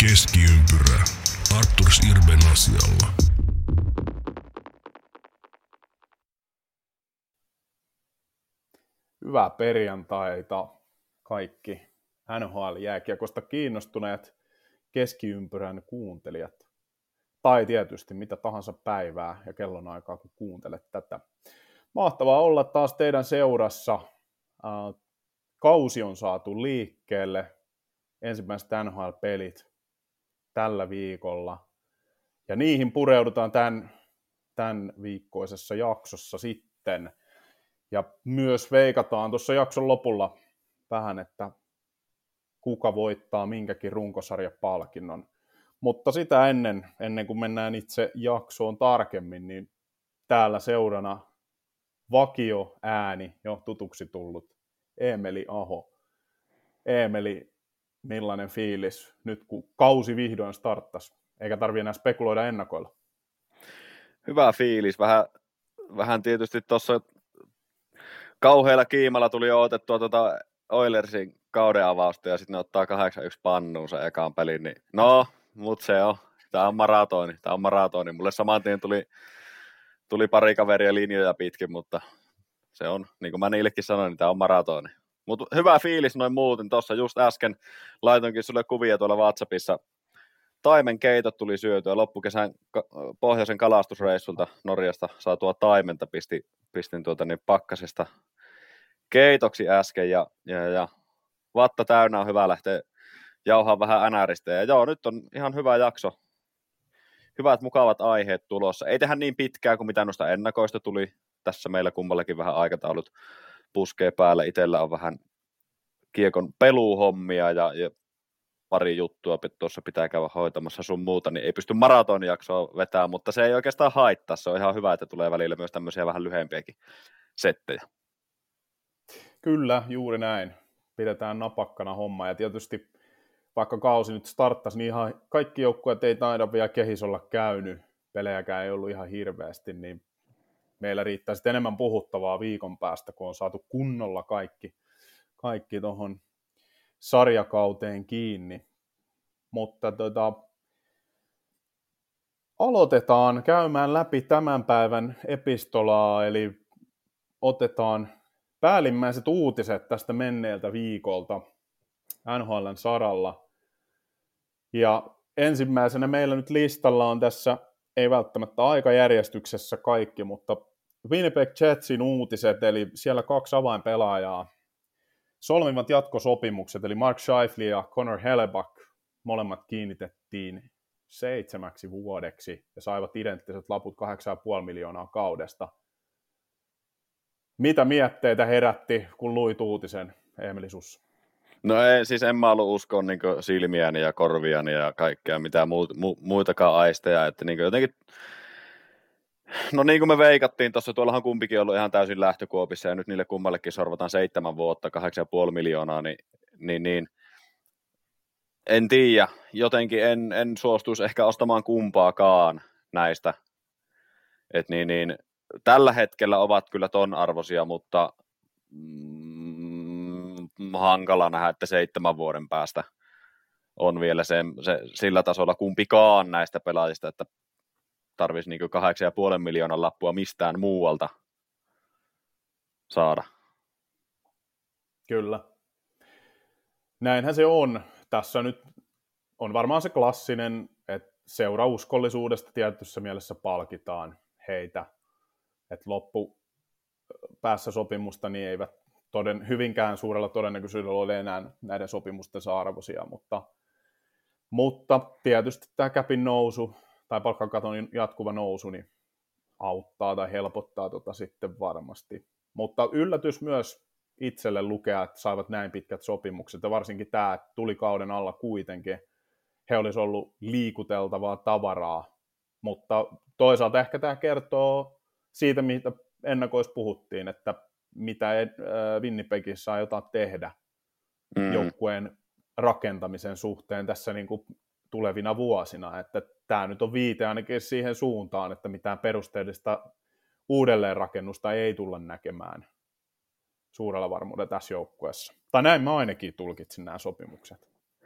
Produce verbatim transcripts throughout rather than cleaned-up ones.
Keskiympyrä. Artturs Irben asialla. Hyvää perjantaita kaikki N H L-jääkiekosta kiinnostuneet keskiympyrän kuuntelijat. Tai tietysti mitä tahansa päivää ja kellonaikaa, kun kuuntelet tätä. Mahtavaa olla taas teidän seurassa. Kausi on saatu liikkeelle. Ensimmäiset N H L-pelit tällä viikolla. Ja niihin pureudutaan tämän, tämän viikkoisessa jaksossa sitten. Ja myös veikataan tuossa jakson lopulla vähän, että kuka voittaa minkäkin runkosarjapalkinnon. Mutta sitä ennen, ennen kuin mennään itse jaksoon tarkemmin, niin täällä seurana vakio ääni, jo tutuksi tullut Eemeli Aho. Eemeli, millainen fiilis nyt kun kausi vihdoin starttasi, eikä tarvitse enää spekuloida ennakoilla? Hyvä fiilis. Vähän, vähän tietysti tuossa kauhealla kiimalla tuli jo otettua tuota Oilersin kauden avausta ja sitten ne ottaa kahdeksan yksi pannuun sen ekaan pelin. Niin no, mut se on. Tämä on maratoni. Tämä on maratoni. Mulle saman tien tuli, tuli pari kaveria linjoja pitkin, mutta se on, niin kuin mä niillekin sanoin, niin tämä on maratoni. Mutta hyvä fiilis noin muuten. Tuossa just äsken laitoinkin sulle kuvia tuolla WhatsAppissa. Taimenkeitot tuli syötyä loppukesän pohjoisen kalastusreissulta Norjasta saatua taimenta pisti, pistin tuota niin pakkasesta keitoksi äsken ja, ja, ja vatta täynnä on hyvä lähteä jauhaa vähän änäristä. Ja joo, nyt on ihan hyvä jakso. Hyvät mukavat aiheet tulossa. Ei tehdä niin pitkää kuin mitä noista ennakoista tuli. Tässä meillä kummallakin vähän aikataulut puskee päälle. Itellä on vähän kiekon peluuhommia ja, ja pari juttua tuossa pitää käydä hoitamassa sun muuta, niin ei pysty maratonjaksoa vetämään, mutta se ei oikeastaan haittaa. Se on ihan hyvä, että tulee välillä myös tämmöisiä vähän lyhyempiäkin settejä. Kyllä, juuri näin. Pidetään napakkana homma ja tietysti vaikka kausi nyt starttasi, niin ihan kaikki joukkueet ei taida vielä kehisolla käynyt. Pelejäkään ei ollut ihan hirveästi, niin meillä riittää sitten enemmän puhuttavaa viikon päästä, kun on saatu kunnolla kaikki, kaikki tuohon sarjakauteen kiinni. Mutta tota, aloitetaan käymään läpi tämän päivän epistolaa, eli otetaan päällimmäiset uutiset tästä menneeltä viikolta N H L:n saralla. Ja ensimmäisenä meillä nyt listalla on tässä, ei välttämättä aikajärjestyksessä kaikki, mutta Winnipeg Jetsin uutiset, eli siellä kaksi avainpelaajaa solmivat jatkosopimukset, eli Mark Scheifele ja Connor Hellebuyck, molemmat kiinnitettiin seitsemäksi vuodeksi ja saivat identtiset laput kahdeksan pilkku viisi miljoonaa kaudesta. Mitä mietteitä herätti, kun luit uutisen, Eemeli Sussa? No ei, siis en mä ollut uskoa niin silmiäni ja korviani ja kaikkea, mitään mu, mu, muitakaan aisteja, että niin jotenkin, no niin kuin me veikattiin tuossa, tuollahan kumpikin on ollut ihan täysin lähtökuopissa ja nyt niille kummallekin sorvataan seitsemän vuotta, kahdeksan pilkku viisi miljoonaa, niin, niin, niin en tiedä, jotenkin en, en suostuisi ehkä ostamaan kumpaakaan näistä, että niin, niin tällä hetkellä ovat kyllä ton arvoisia, mutta mm, hankala nähdä, että seitsemän vuoden päästä on vielä se, se, sillä tasolla kumpikaan näistä pelaajista, että tarvitsisi niin kahdeksan pilkku viisi miljoonan lappua mistään muualta saada. Kyllä. Näinhän se on. Tässä nyt on varmaan se klassinen, että seurauskollisuudesta tietyssä mielessä palkitaan heitä. Että loppu päässä sopimusta niin eivät toden, hyvinkään suurella todennäköisyydellä ole enää näiden sopimusten arvoisia, mutta, mutta tietysti tämä capin nousu tai palkkakaton jatkuva nousu niin auttaa tai helpottaa tota sitten varmasti. Mutta yllätys myös itselle lukea, että saivat näin pitkät sopimukset ja varsinkin tämä, että tuli kauden alla kuitenkin. He olisi ollut liikuteltavaa tavaraa, mutta toisaalta ehkä tämä kertoo siitä, mitä ennakoissa puhuttiin, että mitä Winnipegissä saa jotain tehdä mm. joukkueen rakentamisen suhteen tässä niin kuin tulevina vuosina, että tämä nyt on viite ainakin siihen suuntaan, että mitään perusteellista uudelleenrakennusta ei tulla näkemään suurella varmuudella tässä joukkueessa. Tai näin mä ainakin tulkitsin nämä sopimukset.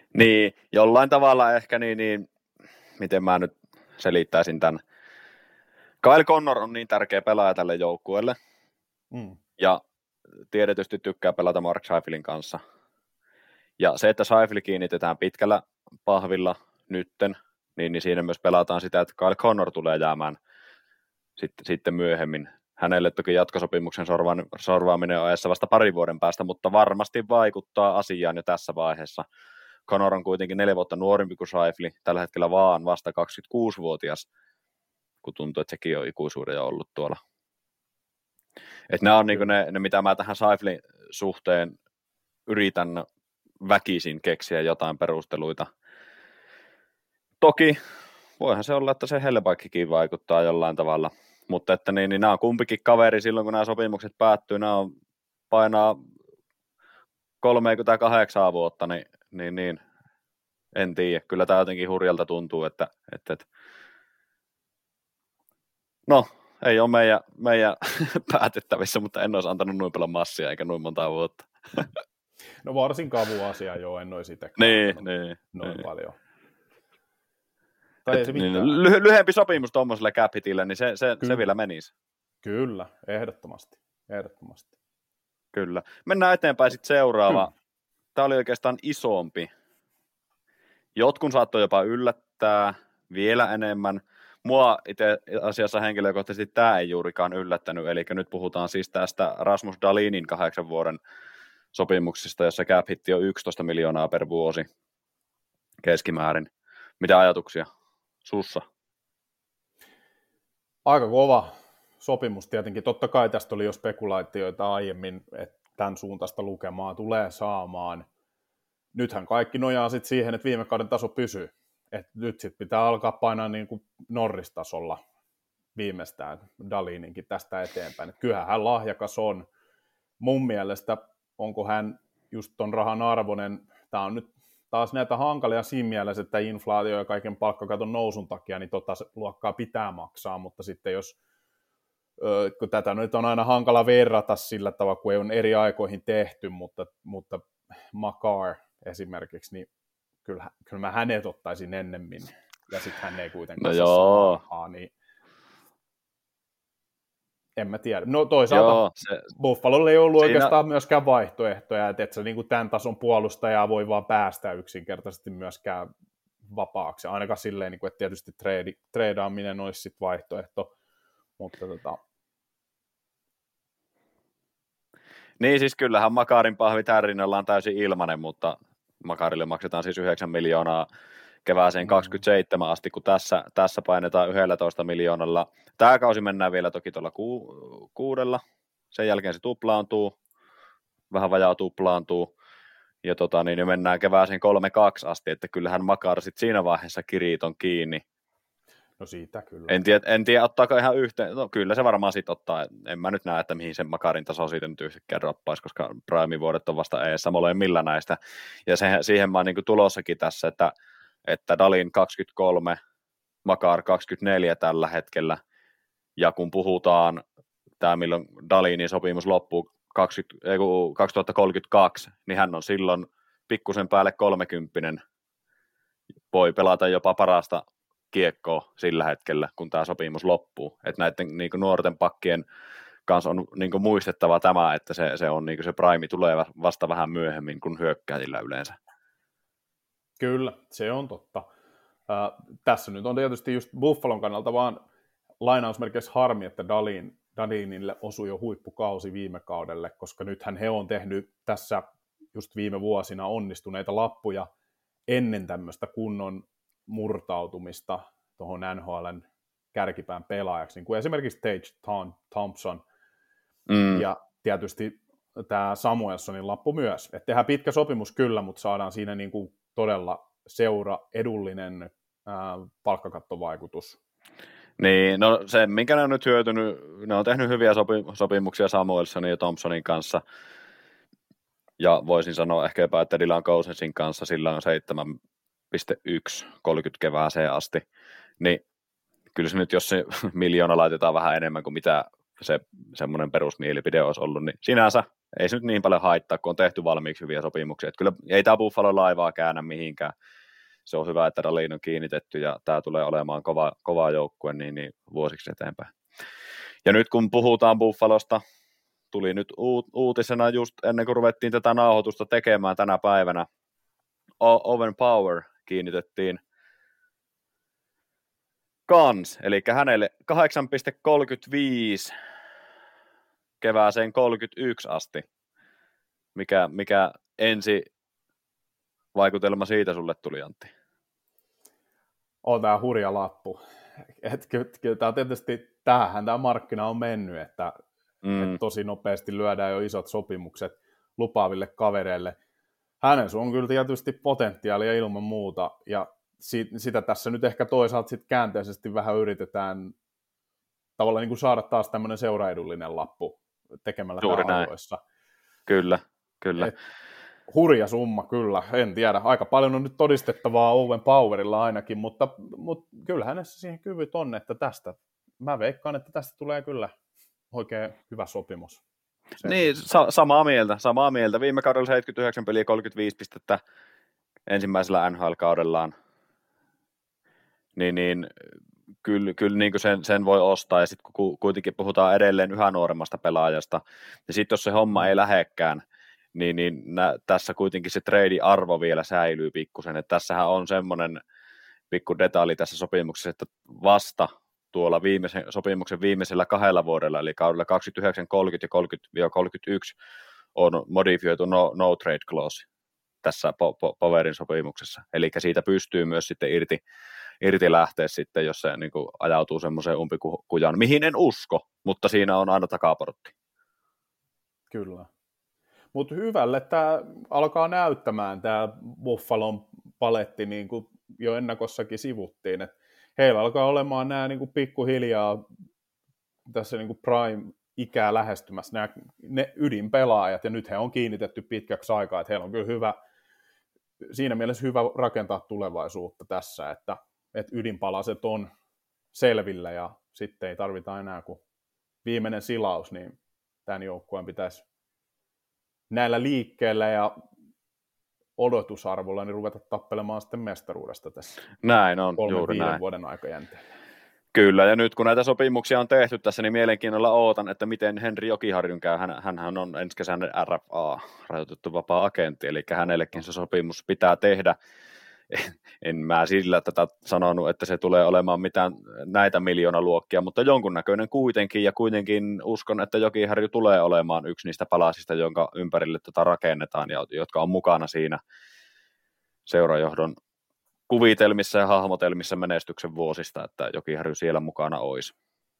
Niin, jollain tavalla ehkä niin, niin miten mä nyt selittäisin tämän. Kyle Connor on niin tärkeä pelaaja tälle joukkueelle, mm. ja tiedetysti tykkää pelata Mark Seifelin kanssa. Ja se, että Seifel kiinnitetään pitkällä pahvilla nytten, niin, niin siinä myös pelataan sitä, että Kyle Connor tulee jäämään sitten, sitten myöhemmin. Hänelle toki jatkosopimuksen sorvaan, sorvaaminen on ajassa vasta parin vuoden päästä, mutta varmasti vaikuttaa asiaan jo tässä vaiheessa. Connor on kuitenkin neljä vuotta nuorempi kuin Seifel, tällä hetkellä vaan vasta kaksikymmentäkuusivuotias, kun tuntuu, että sekin on ikuisuuden jo ollut tuolla. Että nämä on niin ne, ne, mitä mä tähän Seifelin suhteen yritän väkisin keksiä jotain perusteluita. Toki voihan se olla, että se Hellebikekin vaikuttaa jollain tavalla, mutta että niin, niin nämä on kumpikin kaveri silloin, kun nämä sopimukset päättyy, nämä on painaa kolmekymmentäkahdeksan vuotta, niin, niin, niin en tiedä. Kyllä tämä jotenkin hurjalta tuntuu, että, että, että no, ei ole meidän, meidän päätettävissä, mutta en olisi antanut noin paljon massia eikä noin monta vuotta. No varsin kavuasia jo, en olisi itse niin, niin, noin niin. paljon. Et, niin, ly- lyhempi sopimus tuommoiselle cap hitille, niin se, se, se vielä menisi. Kyllä, ehdottomasti. ehdottomasti. Kyllä. Mennään eteenpäin sitten seuraava. Hmm. Tämä oli oikeastaan isompi. Jotkun saattoi jopa yllättää vielä enemmän. Mua itse asiassa henkilökohtaisesti tämä ei juurikaan yllättänyt, eli nyt puhutaan siis tästä Rasmus Dahlinin kahdeksan vuoden sopimuksista, jossa cap hitti on yksitoista miljoonaa per vuosi keskimäärin. Mitä ajatuksia sussa? Aika kova sopimus tietenkin. Totta kai tästä oli jo spekulaatioita aiemmin, että tämän suuntaista lukemaa tulee saamaan. Nythän kaikki nojaa sitten siihen, että viime kauden taso pysyy. Et nyt sitten pitää alkaa painaa niin kuin Norris-tasolla viimeistään Dahlininkin tästä eteenpäin. Et kyllähän hän lahjakas on. Mun mielestä onko hän just ton rahan arvoinen, tämä on nyt taas näitä hankalia siinä mielessä, että inflaatio ja kaiken palkkakaton nousun takia, niin tota luokkaa pitää maksaa, mutta sitten jos, kun tätä nyt on aina hankala verrata sillä tavalla, kun ei ole eri aikoihin tehty, mutta, mutta Makar esimerkiksi, niin kyllä, kyllä mä hänet ottaisin ennemmin, ja sitten hän ei kuitenkaan no joo. saa, niin en mä tiedä. No toisaalta joo, se... Buffalolle ei ollut Siinä... oikeastaan myöskään vaihtoehtoja, että et se niin kuin tämän tason puolustajaa voi vaan päästä yksinkertaisesti myöskään vapaaksi. Ainakaan silleen, että tietysti trade, treidaaminen olisi sitten vaihtoehto. Mutta tota... Niin siis kyllähän Makarin pahvi tämän rinnalla on täysin ilmanen, mutta Makarille maksetaan siis yhdeksän miljoonaa kevääseen kaksikymmentäseitsemän asti, kun tässä, tässä painetaan yksitoista miljoonalla. Tämä kausi mennään vielä toki tuolla ku, kuudella, sen jälkeen se tuplaantuu, vähän vajaa tuplaantuu, ja tota, niin mennään kevääseen kolme kaksi asti, että kyllähän Makar sitten siinä vaiheessa kiriiton kiinni. No siitä kyllä. En tiedä, en tiedä ottaako ihan yhteen, no kyllä se varmaan sitten ottaa, en mä nyt näe, että mihin sen Makarin taso siitä nyt yhtäkkiä droppaisi, koska prime-vuodet on vasta eessä molemmilla näistä, ja se, siihen mä oon niin tulossakin tässä, että että Dahlin kaksikymmentäkolme, Makar kaksikymmentäneljä tällä hetkellä, ja kun puhutaan, tämä milloin Dahlinin sopimus loppuu kaksikymmentä, kaksituhattakolmekymmentäkaksi, niin hän on silloin pikkusen päälle kolmekymppinen, voi pelata jopa parasta kiekkoa sillä hetkellä, kun tämä sopimus loppuu. Että näiden niin kuin nuorten pakkien kanssa on niin kuin muistettava tämä, että se, se, on, niin kuin se prime tulee vasta vähän myöhemmin kuin hyökkäjillä yleensä. Kyllä, se on totta. Äh, tässä nyt on tietysti just Buffalon kannalta vaan lainausmerkeissä harmi, että Dahlin, Dahlinille osui jo huippukausi viime kaudelle, koska nythän he on tehnyt tässä just viime vuosina onnistuneita lappuja ennen tämmöistä kunnon murtautumista tuohon N H L:n kärkipään pelaajaksi, niin kuin esimerkiksi Tage Thompson mm. ja tietysti tämä Samuelsonin lappu myös. Että tehdään pitkä sopimus kyllä, mutta saadaan siinä niin kuin todella seura edullinen ää, palkkakattovaikutus. Niin, no se, minkä ne on nyt hyötynyt, ne on tehnyt hyviä sopi, sopimuksia Samuelsonin ja Thompsonin kanssa, ja voisin sanoa ehkä jopa, että Dylan Cousinsin kanssa sillä on seitsemän pilkku yksi kolmekymmentä kevääseen asti, niin kyllä se nyt, jos se miljoona laitetaan vähän enemmän kuin mitä se semmoinen perusmielipide olisi ollut, niin sinänsä ei se nyt niin paljon haittaa, kun on tehty valmiiksi hyviä sopimuksia. Että kyllä ei tämä Buffalo laivaa käännä mihinkään. Se on hyvä, että Dahlin on kiinnitetty ja tämä tulee olemaan kova, kova joukkue niin, niin vuosiksi eteenpäin. Ja nyt kun puhutaan Buffalosta, tuli nyt uutisena just ennen kuin ruvettiin tätä nauhoitusta tekemään tänä päivänä, Owen Power kiinnitettiin kans, eli hänelle kahdeksan pilkku kolmekymmentäviisi kevääseen kolmekymmentäyksi asti. Mikä, mikä ensi vaikutelma siitä sulle tuli, Antti? On tämä hurja lappu. Et kyllä, kyllä tämä tietysti, tämähän tämä markkina on mennyt, että mm. et tosi nopeasti lyödään jo isot sopimukset lupaaville kavereille. Hänessä on kyllä tietysti potentiaalia ilman muuta, ja si- sitä tässä nyt ehkä toisaalta sit käänteisesti vähän yritetään tavallaan niin kuin saada taas tämmöinen seuraedullinen lappu tekemällä tämä ajoissa. Kyllä, kyllä. Et, hurja summa, kyllä. En tiedä. Aika paljon on nyt todistettavaa Owen Powerilla ainakin, mutta, mutta kyllä hänessä siihen kyvyt on, että tästä, mä veikkaan, että tästä tulee kyllä oikein hyvä sopimus. Se, niin, sa- samaa mieltä, samaa mieltä. Viime kaudella seitsemänkymmentäyhdeksän peliä, kolmekymmentäviisi pistettä ensimmäisellä N H L-kaudellaan. Niin, niin kyllä, kyllä niin kuin sen, sen voi ostaa, ja sitten kun kuitenkin puhutaan edelleen yhä nuoremmasta pelaajasta, ja sitten jos se homma ei lähekkään, niin, niin nä, tässä kuitenkin se trade-arvo vielä säilyy pikkusen, että tässähän on semmoinen pikku detalji tässä sopimuksessa, että vasta tuolla viimeisen, sopimuksen viimeisellä kahdella vuodella, eli kaudella kaksikymmentäyhdeksän kolmekymmentä ja kolmekymmentä kolmekymmentäyksi on modifioitu no, no trade clause tässä po, po, Powerin sopimuksessa, eli siitä pystyy myös sitten irti, irti lähteä sitten, jos se niin kuin ajautuu semmoiseen umpikujaan, mihin en usko, mutta siinä on aina takaportti. Kyllä. Mutta hyvälle tämä alkaa näyttämään, tämä Buffalon paletti, niin kuin jo ennakossakin sivuttiin, että heillä alkaa olemaan nämä niin kuin pikkuhiljaa tässä niin kuin prime-ikää lähestymässä, nämä, ne ydinpelaajat, ja nyt he on kiinnitetty pitkäksi aikaa, että heillä on kyllä hyvä, siinä mielessä hyvä rakentaa tulevaisuutta tässä, että, että ydinpalaset on selvillä, ja sitten ei tarvita enää kuin viimeinen silaus, niin tämän joukkueen pitäisi näillä liikkeellä ja odotusarvolla niin ruveta tappelemaan sitten mestaruudesta tässä. Näin on, kolmen, juuri näin. vuoden aikajänteellä. Kyllä, ja nyt kun näitä sopimuksia on tehty tässä, niin mielenkiinnolla ootan, että miten Henri Jokiharjun käy. Hän, hänhän on ensi kesänä R F A, rajoitettu vapaa-agentti, eli hänellekin se sopimus pitää tehdä. En, en mä sillä tätä sanonut, että se tulee olemaan mitään näitä miljoonaluokkia, mutta jonkunnäköinen kuitenkin, ja kuitenkin uskon, että Jokiharju tulee olemaan yksi niistä palasista, jonka ympärille tätä rakennetaan, ja jotka on mukana siinä seurajohdon kuvitelmissa ja hahmotelmissa menestyksen vuosista, että Jokiharju siellä mukana olisi.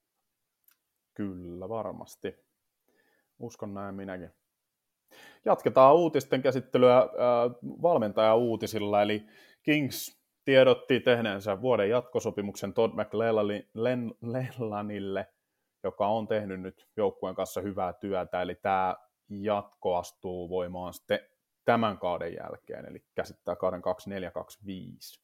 Kyllä, varmasti. Uskon näin minäkin. Jatketaan uutisten käsittelyä äh, valmentaja-uutisilla, eli Kings tiedotti tehneensä vuoden jatkosopimuksen Todd McLellanille, joka on tehnyt nyt joukkueen kanssa hyvää työtä, eli tämä jatko astuu voimaan sitten tämän kauden jälkeen, eli käsittää kauden kaksikymmentäneljä kaksikymmentäviisi.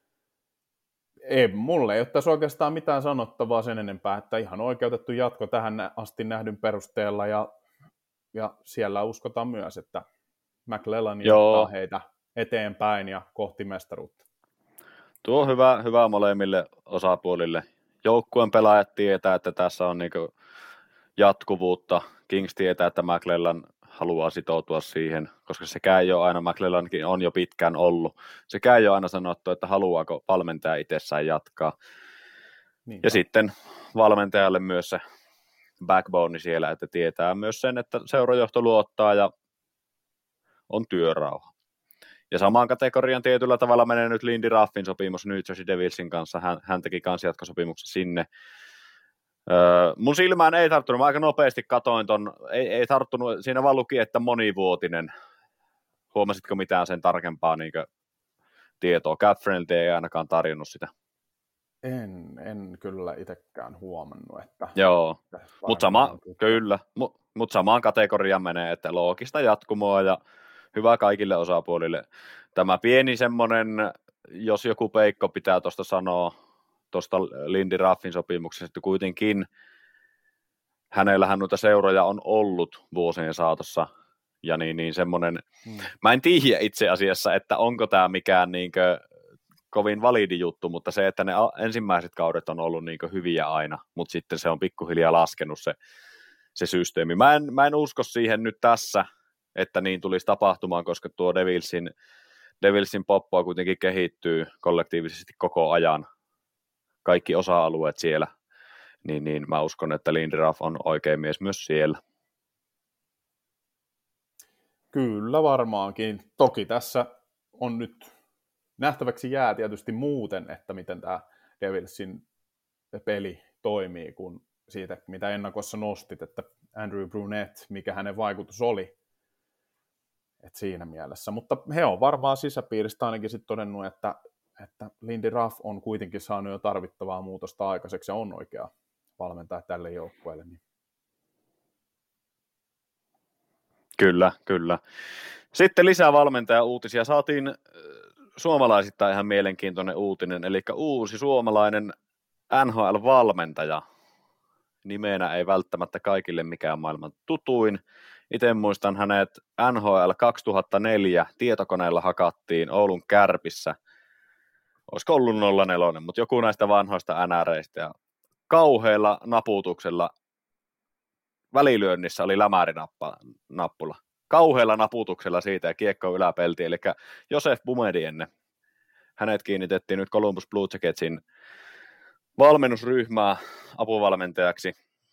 Ei, mulle ei ole tässä oikeastaan mitään sanottavaa sen enempää, että ihan oikeutettu jatko tähän asti nähdyn perusteella, ja, ja siellä uskotaan myös, että McLellan johtaa heitä eteenpäin ja kohti mestaruutta. Tuo on hyvä, hyvä molemmille osapuolille. Joukkueen pelaajat tietää, että tässä on niinku jatkuvuutta. Kings tietää, että McLellan haluaa sitoutua siihen, koska sekään ei ole aina, McLellankin on jo pitkään ollut, sekään ei ole aina sanottu, että haluaako valmentaja itsessään jatkaa. Niin, ja no. Sitten valmentajalle myös se backbone siellä, että tietää myös sen, että seurajohto luottaa ja on työrauha. Ja samaan kategorian tietyllä tavalla menee nyt Lindy Ruffin sopimus New Jersey Devilsin kanssa, hän, hän teki kanssa jatkosopimuksen sinne. Öö, mun silmään ei tarttunut, mä aika nopeasti katoin ton, ei, ei tarttunut, siinä vaan luki, että monivuotinen. Huomasitko mitään sen tarkempaa niin tietoa? CapFriendly ei ainakaan tarjonnut sitä. En, en kyllä itsekään huomannut, että... Joo, mutta sama, kyllä, mu, mut samaan kategoriaan menee, että loogista jatkumoa ja hyvä kaikille osapuolille. Tämä pieni semmoinen, jos joku peikko pitää tuosta sanoa, tuosta Lindy Ruffin sopimuksesta, että kuitenkin hänellähän noita seuroja on ollut vuosien saatossa, ja niin, niin semmoinen, hmm. mä en tiedä itse asiassa, että onko tämä mikään niinkö kovin validi juttu, mutta se, että ne ensimmäiset kaudet on ollut niinkö hyviä aina, mutta sitten se on pikkuhiljaa laskenut se, se systeemi. Mä en, mä en usko siihen nyt tässä, että niin tulisi tapahtumaan, koska tuo Devilsin, Devilsin poppoa kuitenkin kehittyy kollektiivisesti koko ajan, kaikki osa-alueet siellä, niin, niin mä uskon, että Lindy-Ruff on oikein mies myös siellä. Kyllä varmaankin. Toki tässä on nyt nähtäväksi jää tietysti muuten, että miten tämä Devilsin peli toimii, kun siitä, mitä ennakossa nostit, että Andrew Brunette, mikä hänen vaikutus oli. Et siinä mielessä. Mutta he on varmaan sisäpiiristä ainakin sitten todennut, että, että Lindy Ruff on kuitenkin saanut jo tarvittavaa muutosta aikaiseksi ja on oikea valmentaja tälle joukkueelle. Niin. Kyllä, kyllä. Sitten lisää valmentaja-uutisia. Saatiin suomalaisittain ihan mielenkiintoinen uutinen, eli uusi suomalainen N H L-valmentaja. Nimenä ei välttämättä kaikille mikään maailman tutuin. Itse muistan hänet N H L kaksituhattaneljä tietokoneella hakattiin Oulun Kärpissä. Olisiko ollut nolla neljä, mutta joku näistä vanhoista N R:istä. Ja kauhealla naputuksella välilyönnissä oli lämärinappula. Kauhealla naputuksella siitä ja kiekko yläpelti, eli Josef Boumedienne. Hänet kiinnitettiin nyt Columbus Blue Jacketsin valmennusryhmää apuvalmentajaksi.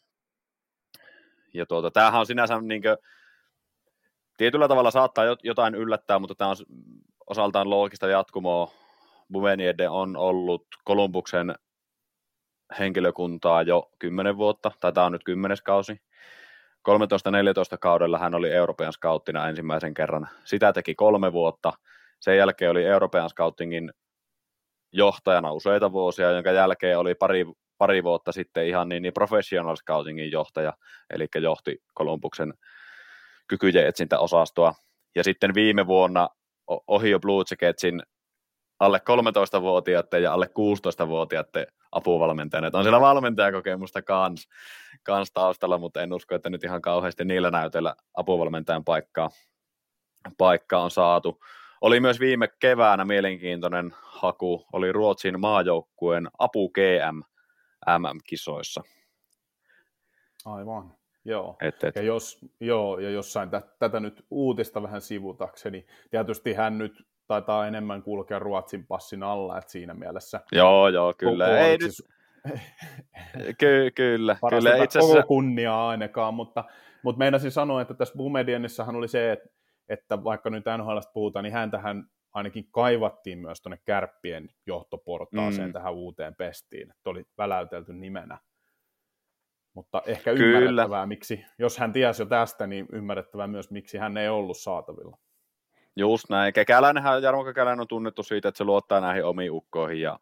Ja tuota, tämähän on sinänsä niin kuin, tietyllä tavalla saattaa jotain yllättää, mutta tämä on osaltaan loogista jatkumoa. Boumedienne on ollut Columbuksen henkilökuntaa jo kymmenen vuotta, tai tämä on nyt kymmenes kausi. kolmetoista neljätoista kaudella hän oli European Scouttina ensimmäisen kerran. Sitä teki kolme vuotta. Sen jälkeen oli European Scoutingin johtajana useita vuosia, jonka jälkeen oli pari, pari vuotta sitten ihan niin, niin Professional Scoutingin johtaja, eli johti Columbuksen kykyjen etsintäosastoa. Ja sitten viime vuonna Ohio Blue Jacketsin alle kolmetoistavuotiaiden ja alle kuusitoistavuotiaiden apuvalmentajana. On siellä valmentajakokemusta kans, kans taustalla, mutta en usko, että nyt ihan kauheasti niillä näytöillä apuvalmentajan paikkaa, paikkaa on saatu. Oli myös viime keväänä mielenkiintoinen haku, oli Ruotsin maajoukkueen apu G M M M-kisoissa. Aivan, joo. Et, et. Ja, jos, joo ja jossain tä, tätä nyt uutista vähän sivutakseni, tietysti hän nyt taitaa enemmän kulkea Ruotsin passin alla, että siinä mielessä. Joo, joo, kyllä. Ei nyt... Ky- kyllä, kyllä. Itse asiassa... koko kunniaa ainakaan, mutta, mutta meinasin sanoa, että tässä Boumedienissähän oli se, että, että vaikka nyt N H L:stä puhutaan, niin häntähän ainakin kaivattiin myös tuonne Kärppien johtoportaaseen mm. tähän uuteen pestiin, että oli väläytelty nimenä. Mutta ehkä kyllä. Ymmärrettävää, miksi, jos hän tiesi jo tästä, niin ymmärrettävää myös, miksi hän ei ollut saatavilla. Just näin. Kekäläinenhän, Jarmo Kekäläinen on tunnettu siitä, että se luottaa näihin omiin ukkoihin ja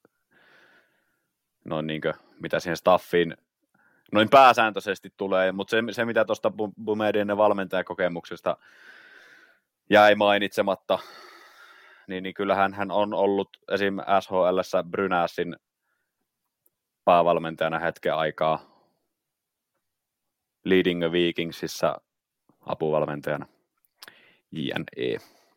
noin niinkö, mitä siihen staffiin noin pääsääntöisesti tulee, mutta se, se mitä tuosta Boumedienne valmentajakokemuksesta jäi mainitsematta, niin, niin kyllähän hän on ollut esim. S H L:ssä Brynäsin päävalmentajana hetken aikaa, Leading Vikingsissa apuvalmentajana. Jne.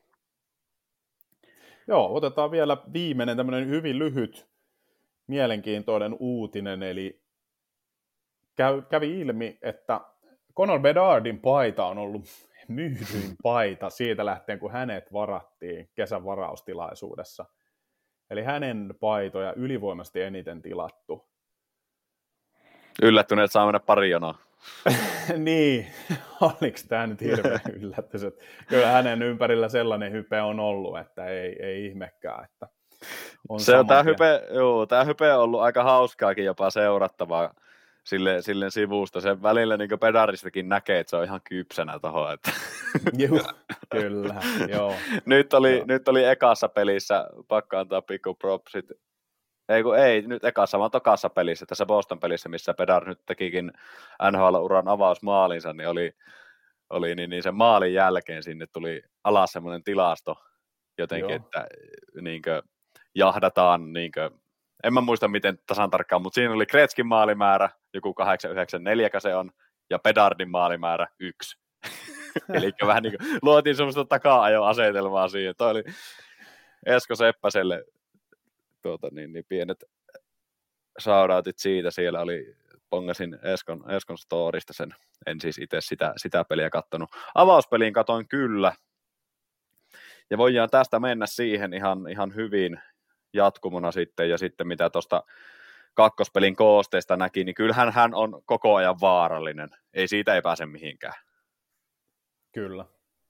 Joo, otetaan vielä viimeinen tämmöinen hyvin lyhyt, mielenkiintoinen uutinen, eli käy, kävi ilmi, että Connor Bedardin paita on ollut myydyin paita siitä lähtien, kun hänet varattiin kesän varaustilaisuudessa. Eli hänen paitoja ylivoimasti eniten tilattu. Yllättyneet saa mennä pari jonoa. Niin, oliko tämä nyt hirveän yllätys, että kyllä hänen ympärillä sellainen hype on ollut, että ei, ei ihmekään, että on se on tämä hype, joo, tämä hype on ollut aika hauskaakin jopa seurattavaa sille, sille sivusta. Se välillä niin pedaristakin näkee, että se on ihan kypsänä tuohon. Että... Joo, kyllä, joo. nyt, oli, joo. nyt oli ekassa pelissä, pakko antaa pikku propsit. Ei kun ei, nyt ekassa, vaan tokassa pelissä, tässä Boston pelissä, missä Bedard nyt tekikin N H L-uran avausmaalinsa, niin oli, oli niin, niin sen maalin jälkeen sinne tuli alas semmoinen tilasto jotenkin, Joo. että niin kuin, jahdataan niin kuin, en mä muista miten tasan tarkkaan, mutta siinä oli Gretzkin maalimäärä, joku kahdeksan yhdeksän neljä se on, ja Bedardin maalimäärä yksi. Eli vähän niin kuin luotiin semmoista taka-ajo-asetelmaa siihen. Toi oli Esko Seppäselle tuota, niin, niin pienet shoutoutit siitä. Siellä oli, pongasin Eskon, Eskon storista sen. En siis itse sitä, sitä peliä kattonut. Avauspeliin katoin kyllä. Ja voidaan tästä mennä siihen ihan, ihan hyvin jatkumona sitten. Ja sitten mitä tuosta kakkospelin koosteesta näki, niin kyllähän hän on koko ajan vaarallinen. Ei siitä ei pääse mihinkään. Kyllä.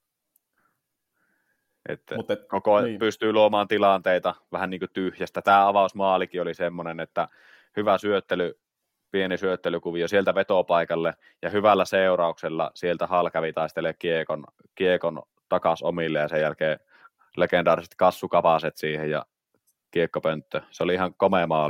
Että Mut et, koko ajan niin. pystyy luomaan tilanteita vähän niin kuin tyhjästä. Tämä avausmaalikin oli semmoinen, että hyvä syöttely, pieni syöttelykuvio sieltä vetopaikalle ja hyvällä seurauksella sieltä Hall kävi taistelee kiekon, kiekon takas omille ja sen jälkeen legendaariset kassukapaset siihen ja kiekkopönttö. Se oli ihan komea maali.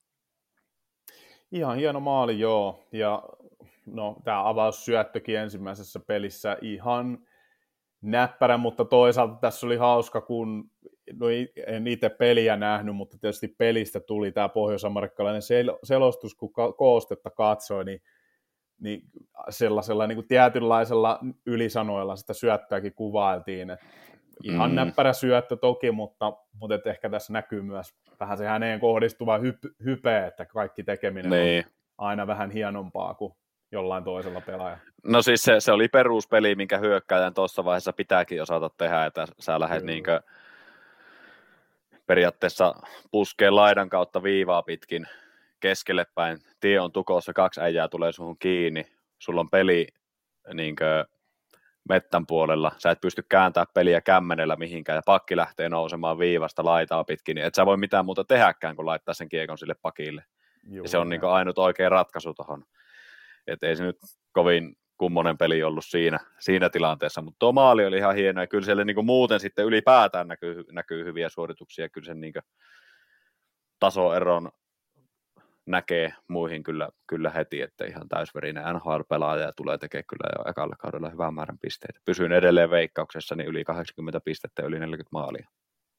Ihan hieno maali, joo. Ja no, tämä avaussyöttökin ensimmäisessä pelissä ihan näppärä, mutta toisaalta tässä oli hauska, kun no en itse peliä nähnyt, mutta tietysti pelistä tuli tämä pohjois-amerikkalainen sel- selostus, kun ka- koostetta katsoi, niin, niin sellaisella niin kuin tietynlaisella ylisanoilla sitä syöttöäkin kuvailtiin. Et ihan mm. näppärä syöttö toki, mutta, mutta et ehkä tässä näkyy myös vähän se häneen kohdistuva hyp- hype, että kaikki tekeminen niin. on aina vähän hienompaa kuin jollain toisella pelaajalla. No siis se, se oli peruspeli, minkä hyökkääjän tuossa vaiheessa pitääkin osata tehdä, että sä lähdet niinkö periaatteessa puskeen laidan kautta viivaa pitkin keskelle päin. Tie on tukossa, kaksi äijää tulee suhun kiinni, sulla on peli niinkö mettän puolella, sä et pysty kääntämään peliä kämmenellä mihinkään ja pakki lähtee nousemaan viivasta laitaa pitkin, niin et sä voi mitään muuta tehdäkään kuin laittaa sen kiekon sille pakille. Juu, ja se on niin kuin ainut oikea ratkaisu tuohon. Että ei se nyt kovin kummonen peli ollut siinä, siinä tilanteessa, mutta tuo maali oli ihan hieno ja kyllä siellä niin kuin muuten sitten ylipäätään näkyy, näkyy hyviä suorituksia, kyllä sen niin kuin tasoeron näkee muihin kyllä, kyllä heti, että ihan täysverinen N H L-pelaaja ja tulee tekemään kyllä jo ekalla kaudella hyvän määrän pisteitä. Pysyin edelleen veikkauksessa niin yli kahdeksankymmentä pistettä ja yli neljäkymmentä maalia.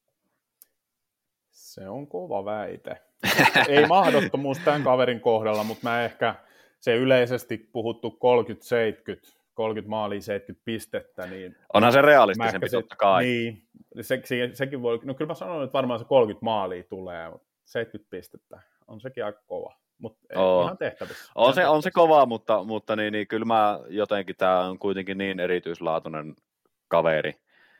Se on kova väite. Ei mahdottomuus tämän kaverin kohdalla, mutta mä ehkä se yleisesti puhuttu kolmekymmentä seitsemänkymmentä, kolmekymmentä maalia, seitsemänkymmentä pistettä. Niin onhan se realistisempi se, totta kai. Niin, se, se, sekin voi, no kyllä mä sanon, että varmaan se kolmekymmentä maalia tulee, mutta seitsemänkymmentä pistettä on sekin aika kova. Mutta ihan tehtävissä. On, ihan se, tehtävissä. On se kova, mutta, mutta niin, niin, kyllä mä jotenkin, tämä on kuitenkin niin erityislaatuinen kaveri.